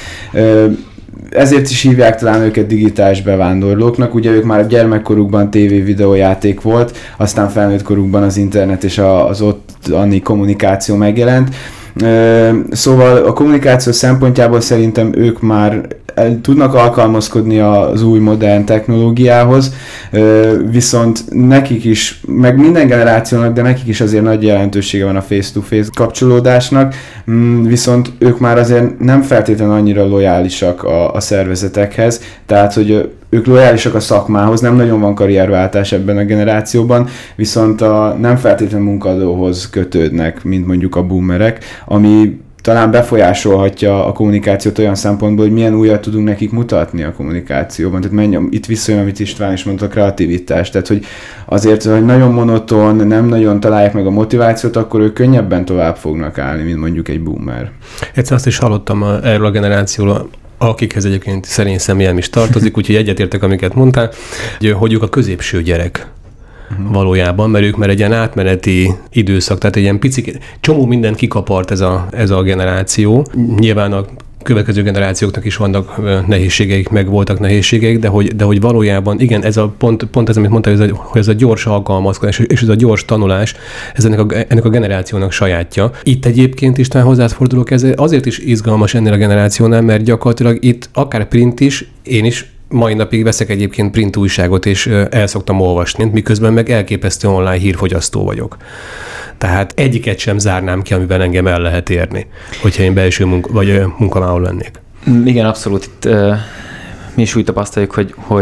Ezért is hívják talán őket digitális bevándorlóknak, ugye ők már gyermekkorukban tévé-videójáték volt, aztán felnőtt korukban az internet és az ottani kommunikáció megjelent. Szóval a kommunikáció szempontjából szerintem ők már tudnak alkalmazkodni az új modern technológiához, viszont nekik is, meg minden generációnak, de nekik is azért nagy jelentősége van a face-to-face kapcsolódásnak, viszont ők már azért nem feltétlenül annyira lojálisak a szervezetekhez, tehát hogy ők lojálisak a szakmához, nem nagyon van karrierváltás ebben a generációban, viszont nem feltétlenül munkadóhoz kötődnek, mint mondjuk a boomerek, ami talán befolyásolhatja a kommunikációt olyan szempontból, hogy milyen újat tudunk nekik mutatni a kommunikációban. Tehát itt visszajön, amit István is mondta, a kreativitás. Tehát, hogy azért, hogy nagyon monoton, nem nagyon találják meg a motivációt, akkor ők könnyebben tovább fognak állni, mint mondjuk egy boomer. Egyszer azt is hallottam erről a generációról, akikhez egyébként szerény személyem is tartozik, úgyhogy egyetértek, amiket mondtál, hogy ők a középső gyerek. Valójában, mert ők már egy ilyen átmeneti időszak, tehát egy ilyen picit, csomó mindent kikapart ez a generáció. Nyilván a következő generációknak is vannak nehézségeik, meg voltak nehézségeik, de hogy valójában, igen, ez a pont ez, amit mondtál, hogy ez a gyors alkalmazkodás, és ez a gyors tanulás, ez ennek a generációnak sajátja. Itt egyébként is talán hozzád fordulok, ez azért is izgalmas ennél a generációnál, mert gyakorlatilag itt akár print is, én is mai napig veszek egyébként print újságot, és el szoktam olvasni, miközben meg elképesztő online hírfogyasztó vagyok. Tehát egyiket sem zárnám ki, amivel engem el lehet érni, hogyha én belső munkavállaló lennék. Igen, abszolút. Itt mi is úgy tapasztaljuk,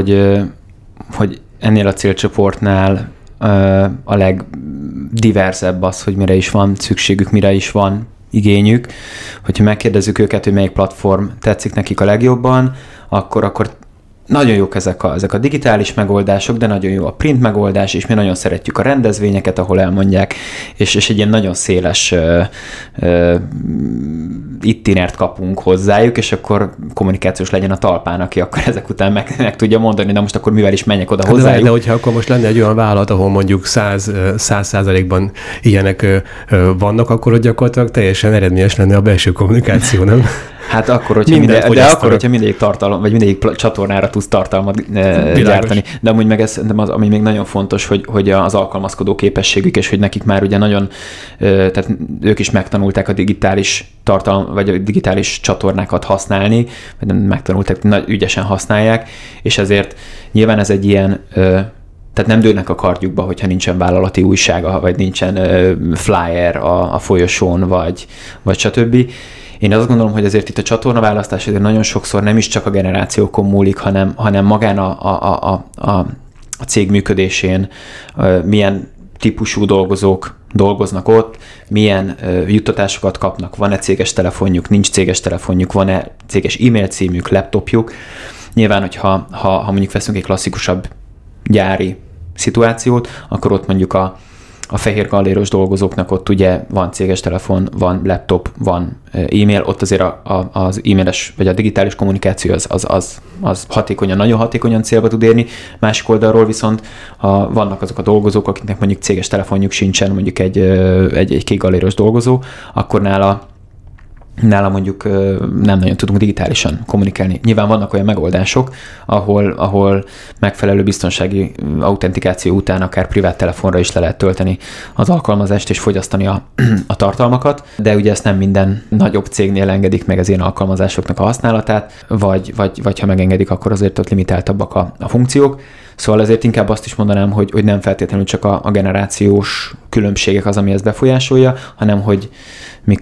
hogy ennél a célcsoportnál a legdiverzebb az, hogy mire is van szükségük, mire is van igényük. Hogyha megkérdezzük őket, hogy melyik platform tetszik nekik a legjobban, akkor nagyon jók ezek a digitális megoldások, de nagyon jó a print megoldás, és mi nagyon szeretjük a rendezvényeket, ahol elmondják, és egy ilyen nagyon széles itinert kapunk hozzájuk, és akkor kommunikációs legyen a talpán, aki akkor ezek után meg tudja mondani, de most akkor mivel is menjek oda hozzájuk. De hogyha akkor most lenne egy olyan vállalat, ahol mondjuk 100%-ban ilyenek vannak, akkor ott gyakorlatilag teljesen eredményes lenne a belső kommunikáció, nem? Hát akkor, hogyha mindegyik tartalom, vagy mindegyik csatornára tudsz tartalmat gyártani. De amúgy meg ami még nagyon fontos, hogy az alkalmazkodó képességük, és hogy nekik már ugye nagyon, tehát ők is megtanulták a digitális vagy a digitális csatornákat használni, vagy nem megtanulták, ügyesen használják, és ezért nyilván ez egy ilyen, tehát nem dőlnek a kardjukba, hogyha nincsen vállalati újsága, vagy nincsen flyer a folyosón, vagy stb. Én azt gondolom, hogy azért itt a csatornaválasztás azért nagyon sokszor nem is csak a generációkon múlik, hanem magán a cég működésén, milyen típusú dolgozók dolgoznak ott, milyen juttatásokat kapnak, van-e céges telefonjuk, nincs céges telefonjuk, van-e céges e-mail címük, laptopjuk. Nyilván, hogyha mondjuk veszünk egy klasszikusabb gyári szituációt, akkor ott mondjuk a fehér galléros dolgozóknak ott ugye van céges telefon, van laptop, van e-mail, ott azért az e-mailes vagy a digitális kommunikáció az hatékonyan, nagyon hatékonyan célba tud érni. Másik oldalról viszont vannak azok a dolgozók, akiknek mondjuk céges telefonjuk sincsen, mondjuk egy kék galléros dolgozó, akkor nála mondjuk nem nagyon tudunk digitálisan kommunikálni. Nyilván vannak olyan megoldások, ahol megfelelő biztonsági autentikáció után akár privát telefonra is le lehet tölteni az alkalmazást és fogyasztani a tartalmakat, de ugye ezt nem minden nagyobb cégnél engedik meg az ilyen alkalmazásoknak a használatát, vagy ha megengedik, akkor azért ott limitáltabbak a funkciók. Szóval ezért inkább azt is mondanám, hogy nem feltétlenül csak a generációs különbségek az, ami ezt befolyásolja, hanem hogy mik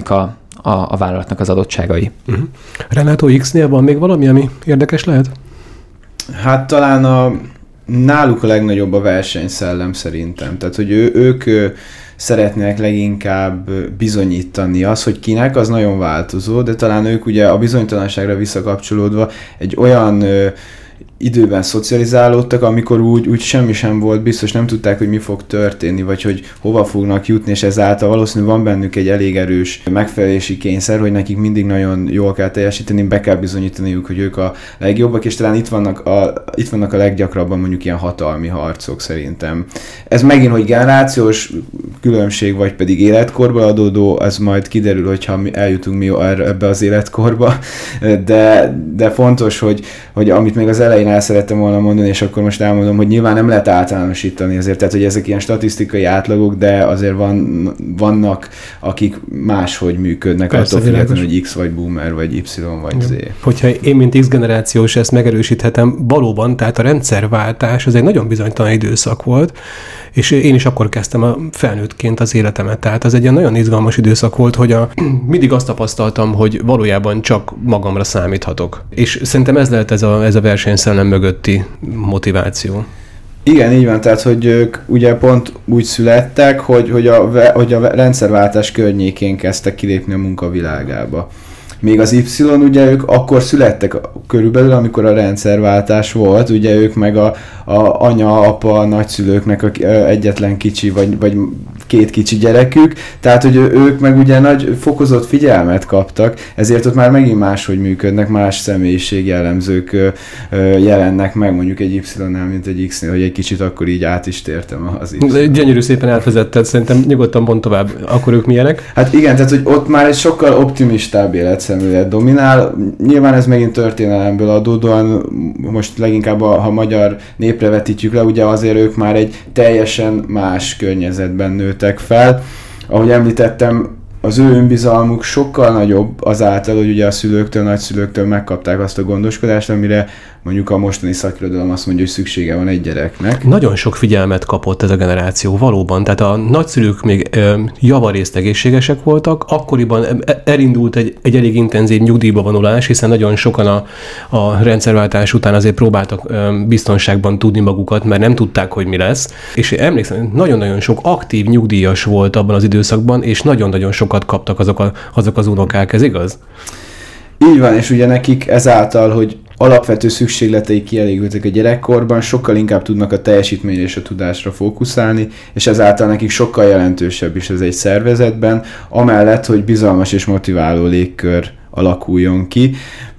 a vállalatnak az adottságai. Uh-huh. Renato X-nél van még valami, ami érdekes lehet? Hát talán náluk a legnagyobb a versenyszellem szerintem. Tehát, hogy ők szeretnének leginkább bizonyítani azt, hogy kinek, az nagyon változó, de talán ők ugye a bizonytalanságra visszakapcsolódva egy olyan időben szocializálódtak, amikor úgy semmi sem volt biztos, nem tudták, hogy mi fog történni, vagy hogy hova fognak jutni, és ezáltal valószínűleg van bennük egy elég erős megfelelési kényszer, hogy nekik mindig nagyon jól kell teljesíteni, be kell bizonyítaniuk, hogy ők a legjobbak, és talán itt vannak a leggyakrabban mondjuk ilyen hatalmi harcok szerintem. Ez megint, hogy generációs különbség, vagy pedig életkorból adódó, az majd kiderül, hogyha eljutunk mi ebbe az életkorba, de fontos, hogy amit még az elején el szerettem volna mondani, és akkor most elmondom, hogy nyilván nem lehet általánosítani azért, tehát hogy ezek ilyen statisztikai átlagok, de azért vannak, akik máshogy működnek, persze, attól függetlenül, hogy X vagy boomer, vagy Y vagy Z. Hogyha én, mint X generációs ezt megerősíthetem, valóban, tehát a rendszerváltás az egy nagyon bizonytalan időszak volt, és én is akkor kezdtem a felnőttként az életemet, tehát az egy ilyen nagyon izgalmas időszak volt, hogy mindig azt tapasztaltam, hogy valójában csak magamra számíthatok. És szerintem ez lehet ez a versenyszellem mögötti motiváció. Igen, így van, tehát hogy ők ugye pont úgy születtek, hogy a rendszerváltás környékén kezdtek kilépni a munkavilágába. Még az Y, ugye ők akkor születtek körülbelül, amikor a rendszerváltás volt, ugye ők meg a anya, apa, nagyszülőknek egyetlen kicsi, vagy két kicsi gyerekük, tehát hogy ők meg ugye nagy fokozott figyelmet kaptak, ezért ott már megint máshogy működnek, más személyiség jellemzők jelennek meg mondjuk egy Y-nál, mint egy X-nél, hogy egy kicsit akkor így át is tértem az Y. Gyönyörű szépen átvezetted, szerintem nyugodtan mond tovább. Akkor ők milyenek? Hát igen, tehát hogy ott már egy sokkal optimistább életszemlélet dominál. Nyilván ez megint történelemből adódóan, most leginkább ha magyar népre vetítjük le, ugye azért ők már egy teljesen más környezetben nőttek fel. Ahogy említettem, az ő önbizalmuk sokkal nagyobb azáltal, hogy ugye a szülőktől, nagyszülőktől megkapták azt a gondoskodást, amire mondjuk a mostani szakirodalom azt mondja, hogy szüksége van egy gyereknek. Nagyon sok figyelmet kapott ez a generáció, valóban. Tehát a nagyszülők még javarészt egészségesek voltak, akkoriban elindult egy elég intenzív nyugdíjba vonulás, hiszen nagyon sokan a rendszerváltás után azért próbáltak biztonságban tudni magukat, mert nem tudták, hogy mi lesz. És emlékszem, nagyon-nagyon sok aktív nyugdíjas volt abban az időszakban, és nagyon-nagyon sokat kaptak azok az unokák, ez igaz? Így van, és ugye nekik ezáltal, hogy alapvető szükségleteik kielégültek a gyerekkorban, sokkal inkább tudnak a teljesítményre és a tudásra fókuszálni, és ezáltal nekik sokkal jelentősebb is ez egy szervezetben, amellett, hogy bizalmas és motiváló légkör alakuljon ki.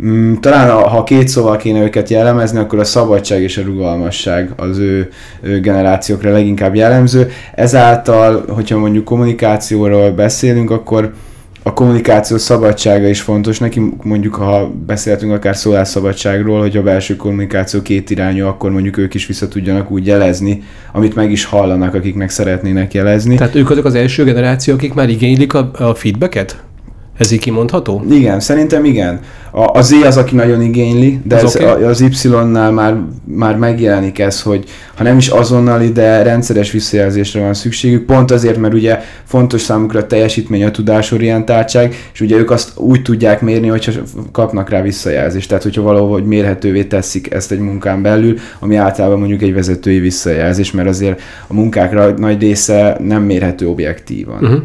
Talán ha két szóval kéne őket jellemezni, akkor a szabadság és a rugalmasság az ő generációkra leginkább jellemző. Ezáltal, hogyha mondjuk kommunikációról beszélünk, akkor a kommunikáció szabadsága is fontos neki, mondjuk ha beszéltünk akár szólásszabadságról, hogy a belső kommunikáció kétirányú, akkor mondjuk ők is vissza tudjanak úgy jelezni, amit meg is hallanak, akik meg szeretnének jelezni. Tehát ők azok az első generáció, akik már igénylik a feedbacket? Ez így kimondható? Igen, szerintem igen. A Z az, aki nagyon igényli, de az Y-nál már megjelenik ez, hogy ha nem is azonnali, de rendszeres visszajelzésre van szükségük, pont azért, mert ugye fontos számukra a teljesítmény, a tudásorientáltság, és ugye ők azt úgy tudják mérni, hogyha kapnak rá visszajelzést, tehát hogyha valahogy mérhetővé teszik ezt egy munkán belül, ami általában mondjuk egy vezetői visszajelzés, mert azért a munkákra nagy része nem mérhető objektívan.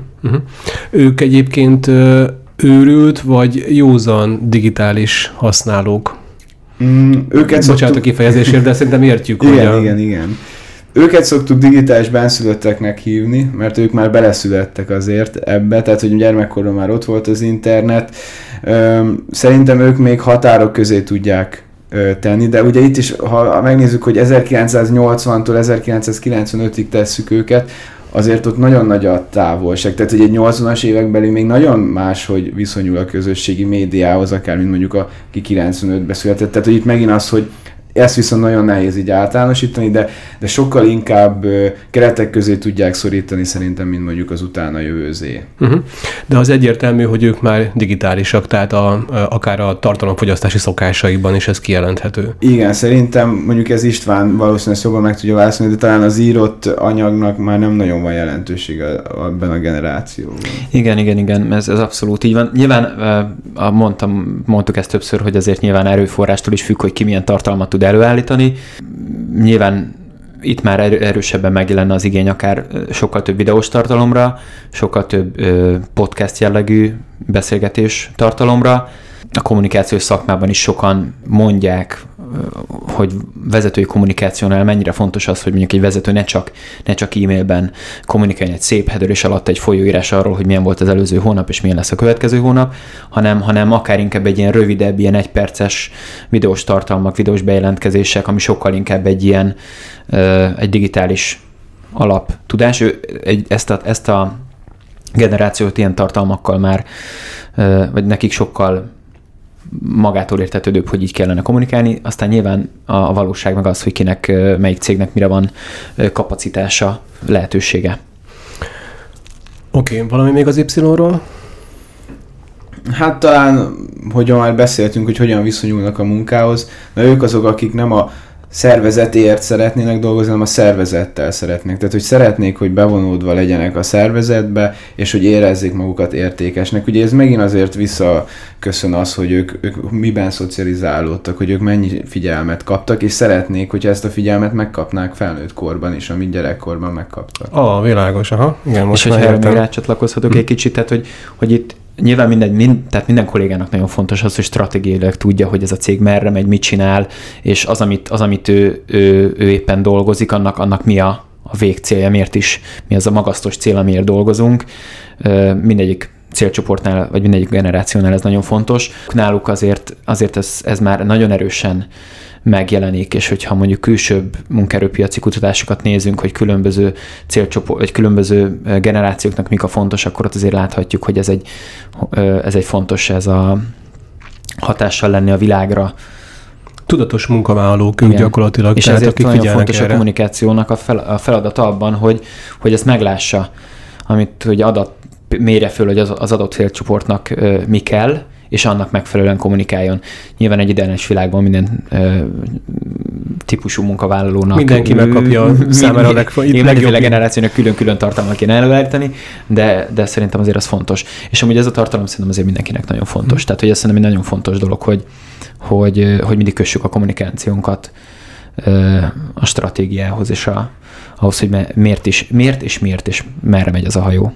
Ők egyébként őrült vagy józan digitális használók? Bocsánat a kifejezésért, de szerintem értjük. Igen. Őket szoktuk digitális benszülötteknek hívni, mert ők már beleszülettek azért ebbe, tehát hogy gyermekkorban már ott volt az internet. Szerintem ők még határok közé tudják tenni, de ugye itt is, ha megnézzük, hogy 1980-tól 1995-ig tesszük őket, azért ott nagyon nagy a távolság. Tehát, hogy egy 80-as évekbeli még nagyon máshogy viszonyul a közösségi médiához, akár mint mondjuk aki 95-ben született. Tehát, hogy itt megint az, hogy ezt viszont nagyon nehéz így általánosítani, de sokkal inkább keretek közé tudják szorítani szerintem, mint mondjuk az utána jövő Z. De az egyértelmű, hogy ők már digitálisak, tehát akár a tartalomfogyasztási szokásaiban is ez kijelenthető. Igen, szerintem mondjuk ez István valószínűleg jobban meg tudja válaszolni, de talán az írott anyagnak már nem nagyon van jelentősége ebben a generációban. Igen, ez abszolút így van. Nyilván mondtuk ezt többször, hogy azért nyilván erőforrástól is függ, hogy ki milyen tartalmat tud előállítani. Nyilván itt már erősebben megjelenne az igény akár sokkal több videós tartalomra, sokkal több podcast jellegű beszélgetés tartalomra. A kommunikációs szakmában is sokan mondják, hogy vezetői kommunikációnál mennyire fontos az, hogy mondjuk egy vezető ne csak e-mailben kommunikáljon egy szép header alatt egy folyóírás arról, hogy milyen volt az előző hónap és milyen lesz a következő hónap, hanem akár inkább egy ilyen rövidebb, ilyen egyperces videós tartalmak, videós bejelentkezések, ami sokkal inkább egy digitális alaptudás. Ezt a generációt ilyen tartalmakkal már, vagy nekik sokkal magától értetődőbb, hogy így kellene kommunikálni, aztán nyilván a valóság meg az, hogy kinek, melyik cégnek mire van kapacitása, lehetősége. Oké, valami még az Y-ról? Hát talán, hogy már beszéltünk, hogy hogyan viszonyulnak a munkához, mert ők azok, akik nem a szervezetért szeretnének dolgozni, hanem a szervezettel szeretnék. Tehát, hogy szeretnék, hogy bevonódva legyenek a szervezetbe, és hogy érezzék magukat értékesnek. Ugye ez megint azért visszaköszön az, hogy ők miben szocializálódtak, hogy ők mennyi figyelmet kaptak, és szeretnék, hogyha ezt a figyelmet megkapnák felnőtt korban is, amit gyerekkorban megkaptak. Világos, aha. Igen, most és hogyha még rácsatlakozhatok egy kicsit, tehát, hogy itt nyilván tehát minden kollégának nagyon fontos az, hogy stratégiailag tudja, hogy ez a cég merre megy, mit csinál, és az, amit ő éppen dolgozik, annak mi a végcélja, mi az a magasztos cél, amiért dolgozunk. Mindegyik célcsoportnál, vagy mindegyik generációnál ez nagyon fontos. Náluk azért ez már nagyon erősen megjelenik, és hogyha mondjuk külsőbb munkaerőpiaci kutatásokat nézünk, hogy különböző célcsoport, vagy különböző generációknak mik a fontos, akkor ott azért láthatjuk, hogy ez egy fontos, ez a hatással lenni a világra. Tudatos munkavállalók ők gyakorlatilag. És ezért nagyon fontos erre a kommunikációnak a feladata abban, hogy ezt meglássa, hogy mérje föl, hogy az adott célcsoportnak mi kell, és annak megfelelően kommunikáljon. Nyilván egy ideális világban minden típusú munkavállalónak mindenki megkapja számára a legjobb generációnak külön-külön tartalmat kéne előállítani, de szerintem azért az fontos. És amúgy ez a tartalom szerintem azért mindenkinek nagyon fontos. Tehát, hogy ez szerintem egy nagyon fontos dolog, hogy mindig kössük a kommunikációnkat a stratégiához, és ahhoz, hogy miért és merre megy az a hajó.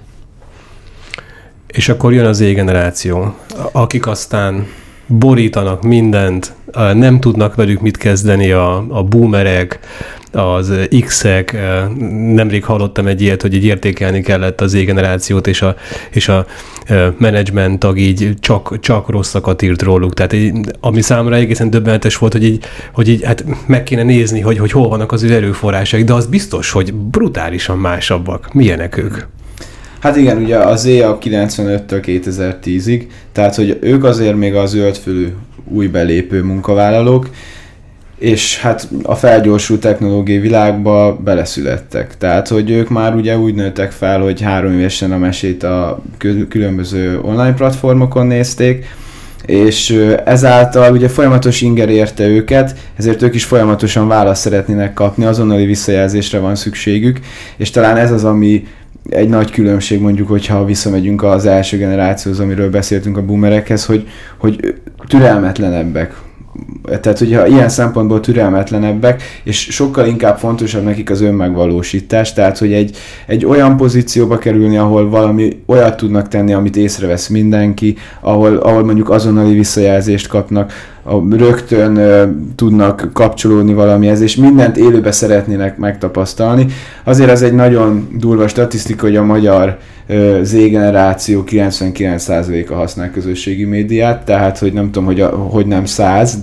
És akkor jön az Z-generáció, akik aztán borítanak mindent, nem tudnak velük mit kezdeni a boomerek, az X-ek. Nemrég hallottam egy ilyet, hogy így értékelni kellett az Z-generációt, és a menedzsment tag így csak rosszakat írt róluk. Tehát ami számomra egészen döbbenetes volt, hogy így hát meg kéne nézni, hogy hol vannak az ő erőforrásaik, de az biztos, hogy brutálisan másabbak. Milyenek ők? Hát igen, ugye a Z a 95-től 2010-ig, tehát hogy ők azért még a zöldfülű új belépő munkavállalók, és hát a felgyorsult technológiai világba beleszülettek. Tehát, hogy ők már ugye úgy nőttek fel, hogy 3 évesen a mesét a különböző online platformokon nézték, és ezáltal ugye folyamatos inger érte őket, ezért ők is folyamatosan választ szeretnének kapni, azonnali visszajelzésre van szükségük, és talán ez az, ami egy nagy különbség, mondjuk, hogyha visszamegyünk az első generációhoz, amiről beszéltünk, a boomerekhez, hogy türelmetlenebbek. Tehát, hogyha ilyen szempontból türelmetlenebbek, és sokkal inkább fontosabb nekik az önmegvalósítás, tehát, hogy egy olyan pozícióba kerülni, ahol valami olyat tudnak tenni, amit észrevesz mindenki, ahol mondjuk azonnali visszajelzést kapnak, rögtön tudnak kapcsolódni valamihez, és mindent élőbe szeretnének megtapasztalni. Azért az egy nagyon durva statisztika, hogy a magyar Z-generáció 99%-a használ közösségi médiát, tehát hogy nem tudom, hogy nem 100,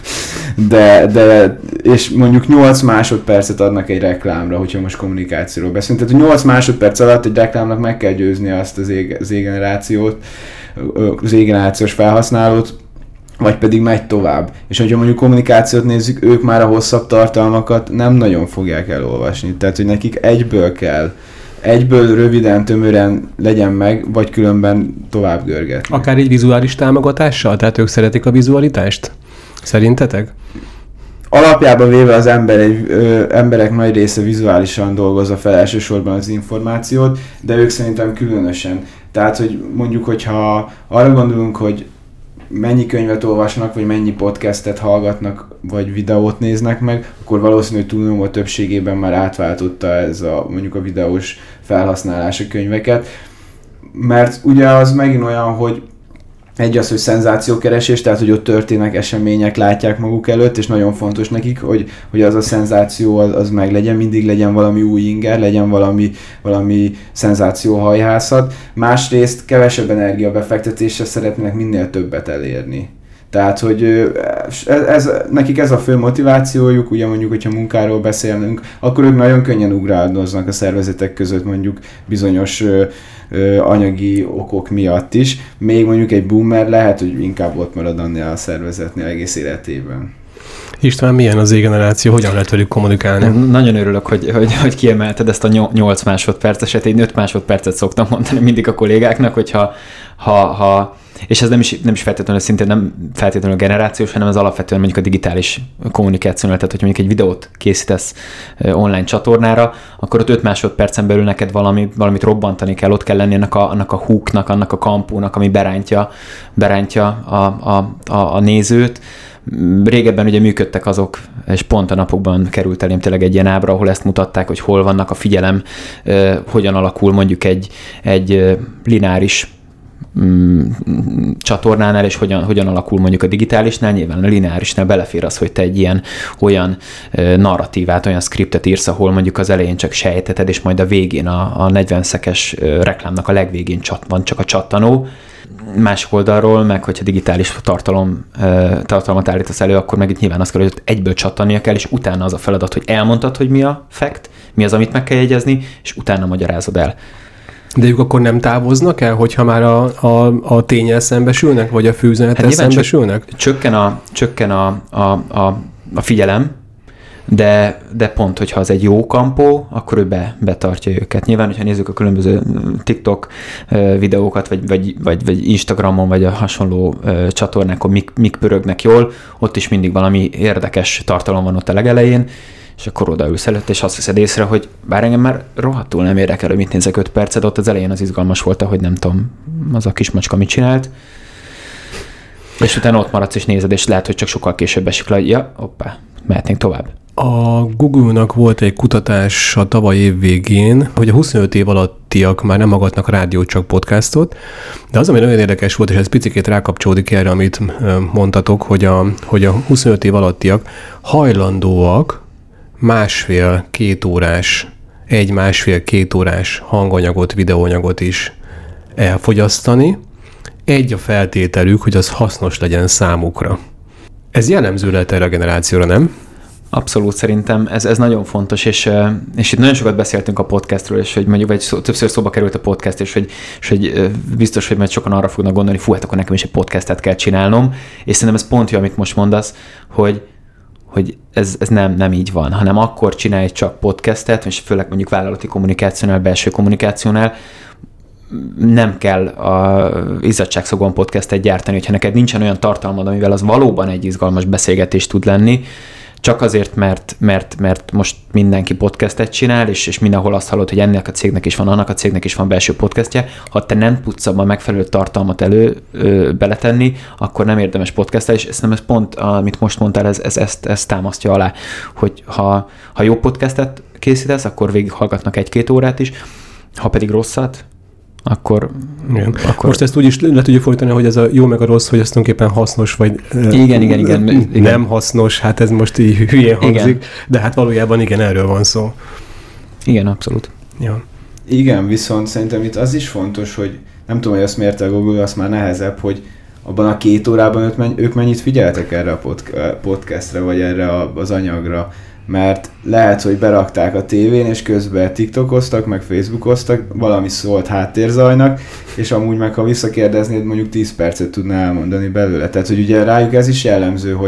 de és mondjuk 8 másodpercet adnak egy reklámra, hogyha most kommunikációról beszélünk. Tehát 8 másodperc alatt egy reklámnak meg kell győzni azt az Z-generációs felhasználót, vagy pedig megy tovább. És hogyha mondjuk kommunikációt nézzük, ők már a hosszabb tartalmakat nem nagyon fogják elolvasni. Tehát, hogy nekik egyből röviden, tömören legyen meg, vagy különben tovább görgetni. Akár egy vizuális támogatással? Tehát ők szeretik a vizualitást? Szerintetek? Alapjában véve az emberek nagy része vizuálisan dolgozza fel elsősorban az információt, de ők szerintem különösen. Tehát, hogy mondjuk, hogyha arra gondolunk, hogy mennyi könyvet olvasnak, vagy mennyi podcastet hallgatnak, vagy videót néznek meg, akkor valószínű, hogy túlnyomó többségében már átváltotta ez mondjuk a videós felhasználás a könyveket. Mert ugye az megint olyan, hogy egy az, hogy szenzációkeresés, tehát hogy ott történnek események, látják maguk előtt, és nagyon fontos nekik, hogy az a szenzáció az meglegyen, mindig legyen valami új inger, legyen valami szenzációhajhászat. Másrészt kevesebb energiabefektetésre szeretnének minél többet elérni. Tehát, hogy nekik ez a fő motivációjuk, ugye mondjuk, hogyha munkáról beszélnünk, akkor ők nagyon könnyen ugrálódnak a szervezetek között mondjuk bizonyos anyagi okok miatt is. Még mondjuk egy boomer lehet, hogy inkább ott marad annál a szervezetnél egész életében. István, milyen az Z-generáció? Hogyan lehet velük kommunikálni? Nagyon örülök, hogy kiemelted ezt a 8 másodperceset. Én 5 másodpercet szoktam mondani mindig a kollégáknak, hogyha és ez nem is feltétlenül, szintén nem feltétlenül generációs, hanem az alapvetően mondjuk a digitális kommunikációnál, tehát hogyha mondjuk egy videót készítesz online csatornára, akkor ott 5 másodpercen belül neked valamit robbantani kell, ott kell lenni annak a hooknak, annak a kampónak, ami berántja a nézőt. Régebben ugye működtek azok, és pont a napokban került elém tényleg egy ilyen ábra, ahol ezt mutatták, hogy hol vannak a figyelem, hogyan alakul mondjuk egy lineáris csatornánál, és hogyan alakul mondjuk a digitálisnál. Nyilván a lineárisnál belefér az, hogy te egy olyan narratívát, olyan skriptet írsz, ahol mondjuk az elején csak sejteted, és majd a végén, a 40 szekes reklámnak a legvégén van csak a csattanó. Másik oldalról, meg hogyha digitális tartalmat állítasz elő, akkor meg itt nyilván azt kell, hogy egyből csattania kell, és utána az a feladat, hogy elmondtad, hogy mi a fact, mi az, amit meg kell jegyezni, és utána magyarázod el. De ők akkor nem távoznak el, hogyha már a ténnyel szembesülnek, vagy a főüzenettel szembesülnek? Csökken a figyelem, de pont, hogyha az egy jó kampó, akkor ő betartja őket. Nyilván, hogyha nézzük a különböző TikTok videókat, vagy Instagramon, vagy a hasonló csatornákon, mik pörögnek jól, ott is mindig valami érdekes tartalom van ott a legelején, és akkor odaülsz előtt, és azt veszed észre, hogy bár engem már rohadtul nem érdekel, hogy mit nézek 5 percet, ott az elején az izgalmas volt, hogy nem tudom, az a kismacska mit csinált, és utána ott maradsz és nézed, és lehet, hogy csak sokkal később esik le, ja, hoppá, mehetnénk tovább. A Google-nak volt egy kutatás a tavaly év végén, hogy a 25 év alattiak már nem hallgatnak rádiót, csak podcastot, de az, ami nagyon érdekes volt, és ez picikét rákapcsolódik erre, amit mondtatok, hogy a 25 év alattiak hajlandóak másfél-két órás hanganyagot, videóanyagot is elfogyasztani. Egy a feltételük, hogy az hasznos legyen számukra. Ez jellemző lehet erre a generációra, nem? Abszolút, szerintem ez nagyon fontos, és itt nagyon sokat beszéltünk a podcastről, és hogy mondjuk többször szóba került a podcast, és hogy biztos, hogy majd sokan arra fognak gondolni, hát akkor nekem is egy podcastet kell csinálnom, és szerintem ez pont jó, amit most mondasz, hogy ez nem így van, hanem akkor csinálj csak podcastet, és főleg mondjuk vállalati kommunikációnál, belső kommunikációnál, nem kell a izzadságszagúan podcastet gyártani, hogyha neked nincsen olyan tartalmad, amivel az valóban egy izgalmas beszélgetés tud lenni, csak azért, mert most mindenki podcastet csinál, és mindenhol azt hallod, hogy ennek a cégnek is van, annak a cégnek is van belső podcastje. Ha te nem tudsz abban megfelelő tartalmat beletenni, akkor nem érdemes podcastelni, és ez pont, amit most mondtál, ez támasztja alá, hogy ha jó podcastet készítesz, akkor végighallgatnak 1-2 órát is, ha pedig rosszat, akkor... Most ezt úgy is le tudjuk folytani, hogy ez a jó meg a rossz, hogy ez tulajdonképpen hasznos, vagy igen. Nem hasznos, hát ez most így hülyén hangzik, de hát valójában igen, erről van szó. Igen, abszolút. Ja. Igen, viszont szerintem itt az is fontos, hogy nem tudom, hogy azt mérte a Google, az már nehezebb, hogy abban a 2 órában ők mennyit figyeltek erre a podcastre, vagy erre az anyagra. Mert lehet, hogy berakták a tévén, és közben TikTokoztak, meg Facebookoztak, valami szólt háttérzajnak, és amúgy meg, ha visszakérdeznéd, mondjuk 10 percet tudná elmondani belőle. Tehát, hogy ugye rájuk ez is jellemző, hogy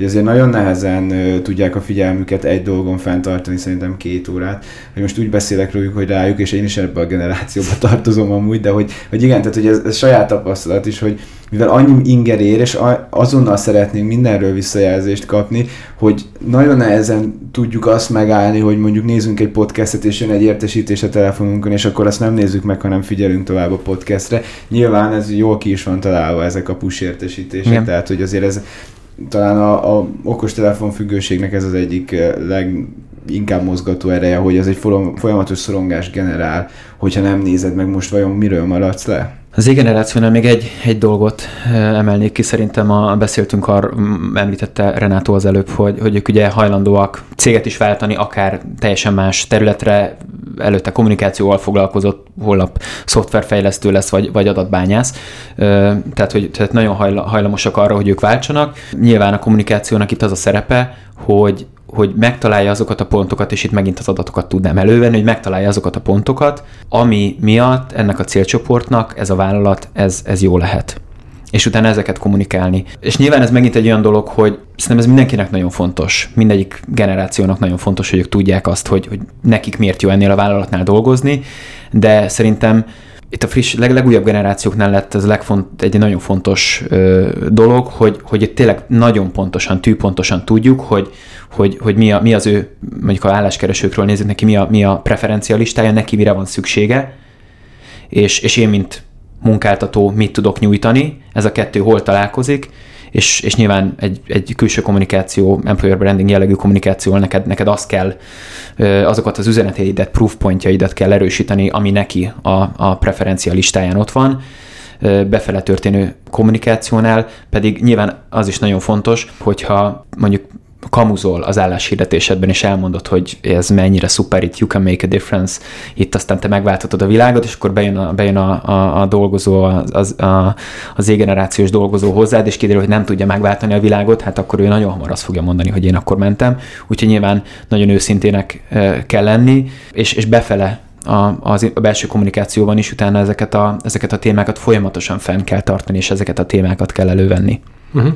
hogy azért nagyon nehezen tudják a figyelmüket egy dolgon fenntartani, szerintem 2 órát. Hogy most úgy beszélek róluk, hogy rájuk, és én is ebbe a generációba tartozom amúgy, de hogy igen, tehát hogy ez saját tapasztalat is, hogy mivel annyi inger ér, és azonnal szeretnénk mindenről visszajelzést kapni, hogy nagyon nehezen tudjuk azt megállni, hogy mondjuk nézzünk egy podcastet, és jön egy értesítés a telefonunkon, és akkor azt nem nézzük meg, hanem figyelünk tovább a podcastre. Nyilván ez jól ki is van találva, ezek a push értesítések, igen. Tehát hogy azért ez talán a okostelefon függőségnek ez az egyik leginkább mozgató ereje, hogy ez egy folyamatos szorongás generál, hogyha nem nézed meg most vajon miről maradsz le. Az Z-generációnál még egy dolgot emelnék ki, szerintem beszéltünk említette Renátó az előbb, hogy ők ugye hajlandóak céget is váltani, akár teljesen más területre, előtte kommunikációval foglalkozott, holnap szoftverfejlesztő lesz, vagy adatbányász. Tehát nagyon hajlamosak arra, hogy ők váltsanak. Nyilván a kommunikációnak itt az a szerepe, hogy megtalálja azokat a pontokat, és itt megint az adatokat tudnám elővenni, hogy megtalálja azokat a pontokat, ami miatt ennek a célcsoportnak ez a vállalat, ez jó lehet. És utána ezeket kommunikálni. És nyilván ez megint egy olyan dolog, hogy szerintem ez mindenkinek nagyon fontos, mindegyik generációnak nagyon fontos, hogy ők tudják azt, hogy nekik miért jó ennél a vállalatnál dolgozni, de szerintem itt a friss, legújabb generációknál lett ez egy nagyon fontos dolog, hogy itt tényleg nagyon pontosan, tűpontosan tudjuk, hogy mi az ő, mondjuk a álláskeresőkről nézzük neki, mi a preferencia listája, neki mire van szüksége, és én, mint munkáltató mit tudok nyújtani, ez a kettő hol találkozik, és nyilván egy külső kommunikáció, employer branding jellegű kommunikációval neked azt kell, azokat az üzeneteidet, proof pointjaidat kell erősíteni, ami neki a preferencia listáján ott van. Befele történő kommunikációnál pedig nyilván az is nagyon fontos, hogyha mondjuk kamuzol az álláshirdetésedben, és elmondod, hogy ez mennyire szuper, itt you can make a difference, itt aztán te megváltatod a világot, és akkor bejön a dolgozó, az Z-generációs dolgozó hozzád, és kiderül, hogy nem tudja megváltani a világot, hát akkor ő nagyon hamar azt fogja mondani, hogy én akkor mentem. Úgyhogy nyilván nagyon őszintének kell lenni, és befele a belső kommunikációban is utána ezeket a témákat folyamatosan fenn kell tartani, és ezeket a témákat kell elővenni. Uh-huh.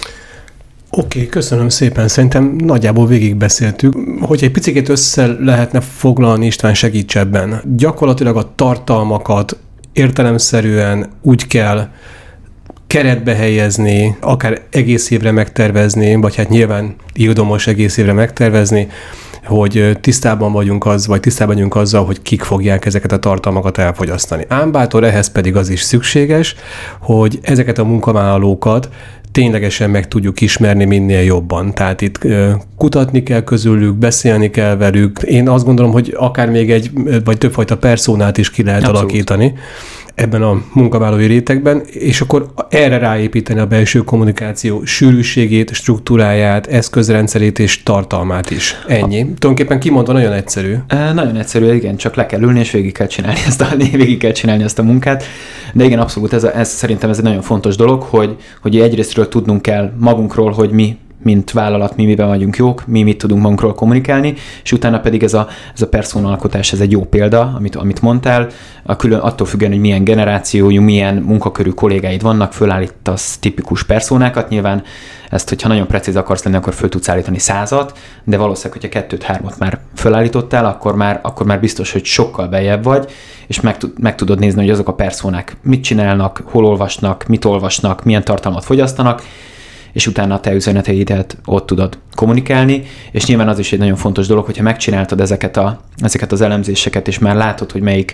Oké, köszönöm szépen. Szerintem nagyjából végigbeszéltük. Hogy egy picit össze lehetne foglalni, István, segíts ebben. Gyakorlatilag a tartalmakat értelemszerűen úgy kell keretbe helyezni, akár egész évre megtervezni, vagy hát nyilván irodomos egész évre megtervezni, hogy tisztában vagyunk azzal, hogy kik fogják ezeket a tartalmakat elfogyasztani. Ám bátor ehhez pedig az is szükséges, hogy ezeket a munkavállalókat ténylegesen meg tudjuk ismerni minél jobban. Tehát itt kutatni kell közülük, beszélni kell velük. Én azt gondolom, hogy akár még vagy többfajta perszónát is ki lehet alakítani ebben a munkavállalói rétegben, és akkor erre ráépíteni a belső kommunikáció sűrűségét, struktúráját, eszközrendszerét és tartalmát is. Ennyi. Tulajdonképpen kimondva nagyon egyszerű. Nagyon egyszerű, igen, csak le kell ülni, és végig kell csinálni ezt a munkát. De igen, abszolút, ez szerintem ez egy nagyon fontos dolog, hogy egyrésztről tudnunk kell magunkról, hogy mi, mint vállalat, mi miben vagyunk jók, mi mit tudunk magunkról kommunikálni, és utána pedig ez a personalkotás, ez egy jó példa, amit mondtál, attól függően, hogy milyen generációjú, milyen munkakörű kollégáid vannak, fölállítasz tipikus personákat, nyilván ezt, hogyha nagyon precíz akarsz lenni, akkor föl tudsz állítani 100-at, de valószínűleg, hogyha 2-3-at már fölállítottál, akkor már biztos, hogy sokkal beljebb vagy, és meg tudod nézni, hogy azok a personák mit csinálnak, hol olvasnak, mit olvasnak, milyen tartalmat fogyasztanak, és utána a te üzeneteidet ott tudod kommunikálni, és nyilván az is egy nagyon fontos dolog, hogyha megcsináltad ezeket az elemzéseket, és már látod, hogy melyik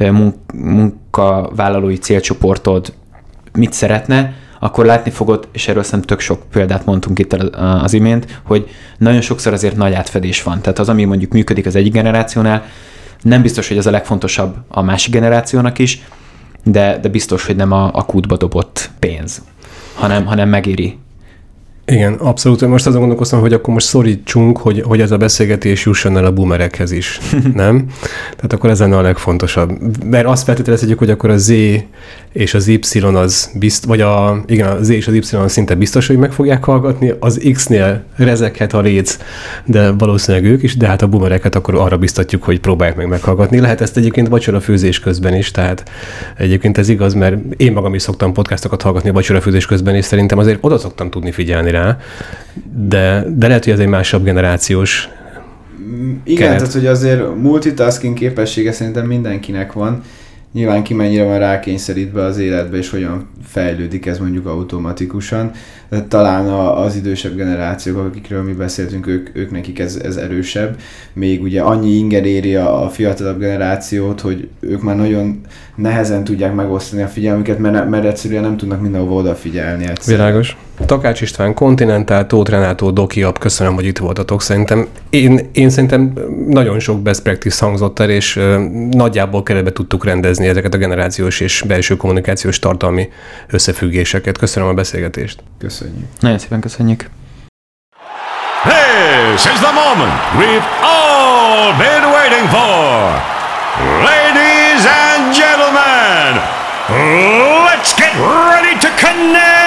munkavállalói célcsoportod mit szeretne, akkor látni fogod, és erről szerintem tök sok példát mondtunk itt az imént, hogy nagyon sokszor azért nagy átfedés van. Tehát az, ami mondjuk működik az egyik generációnál, nem biztos, hogy ez a legfontosabb a másik generációnak is, de biztos, hogy nem a kútba dobott pénz, hanem megéri. Igen, abszolút. Most azon gondolkoztam, hogy akkor most szorítsunk, hogy ez a beszélgetés jusson el a boomerekhez is, nem? Tehát akkor ez lenne a legfontosabb. Mert azt feltételezhetjük, hogy akkor a Z és az Y az vagy a Z és az Y szinte biztos, hogy meg fogják hallgatni, az X-nél rezeghet a réc, de valószínűleg ők is, de hát a boomereket akkor arra biztatjuk, hogy próbálják meg meghallgatni. Lehet ezt egyébként vacsorafőzés közben is, tehát egyébként ez igaz, mert én magam is szoktam podcastokat hallgatni vacsorafőzés közben, és szerintem azért oda szoktam tudni figyelni rá, rá, de lehet, hogy ez egy másabb generációs igen, keret. tehát hogy azért multitasking képessége szerintem mindenkinek van. Nyilván ki mennyire van rákényszerítve az életbe, és hogyan fejlődik ez mondjuk automatikusan. Talán az idősebb generációk, akikről mi beszéltünk, ők nekik ez erősebb. Még ugye annyi inger éri a fiatalabb generációt, hogy ők már nagyon nehezen tudják megosztani a figyelmüket, mert egyszerűen nem tudnak mindenhova odafigyelni. Egyszerűen. Világos. Takács István, Continental, Tóth Renátó, Doki App, köszönöm, hogy itt voltatok. Szerintem én szerintem nagyon sok best practice hangzott el, és nagyjából keretbe tudtuk rendezni ezeket a generációs és belső kommunikációs tartalmi összefüggéseket. Köszönöm a beszélgetést. Köszönjük. Nagyon szépen köszönjük. This is the moment we've all been waiting for. Ladies and gentlemen, let's get ready to connect!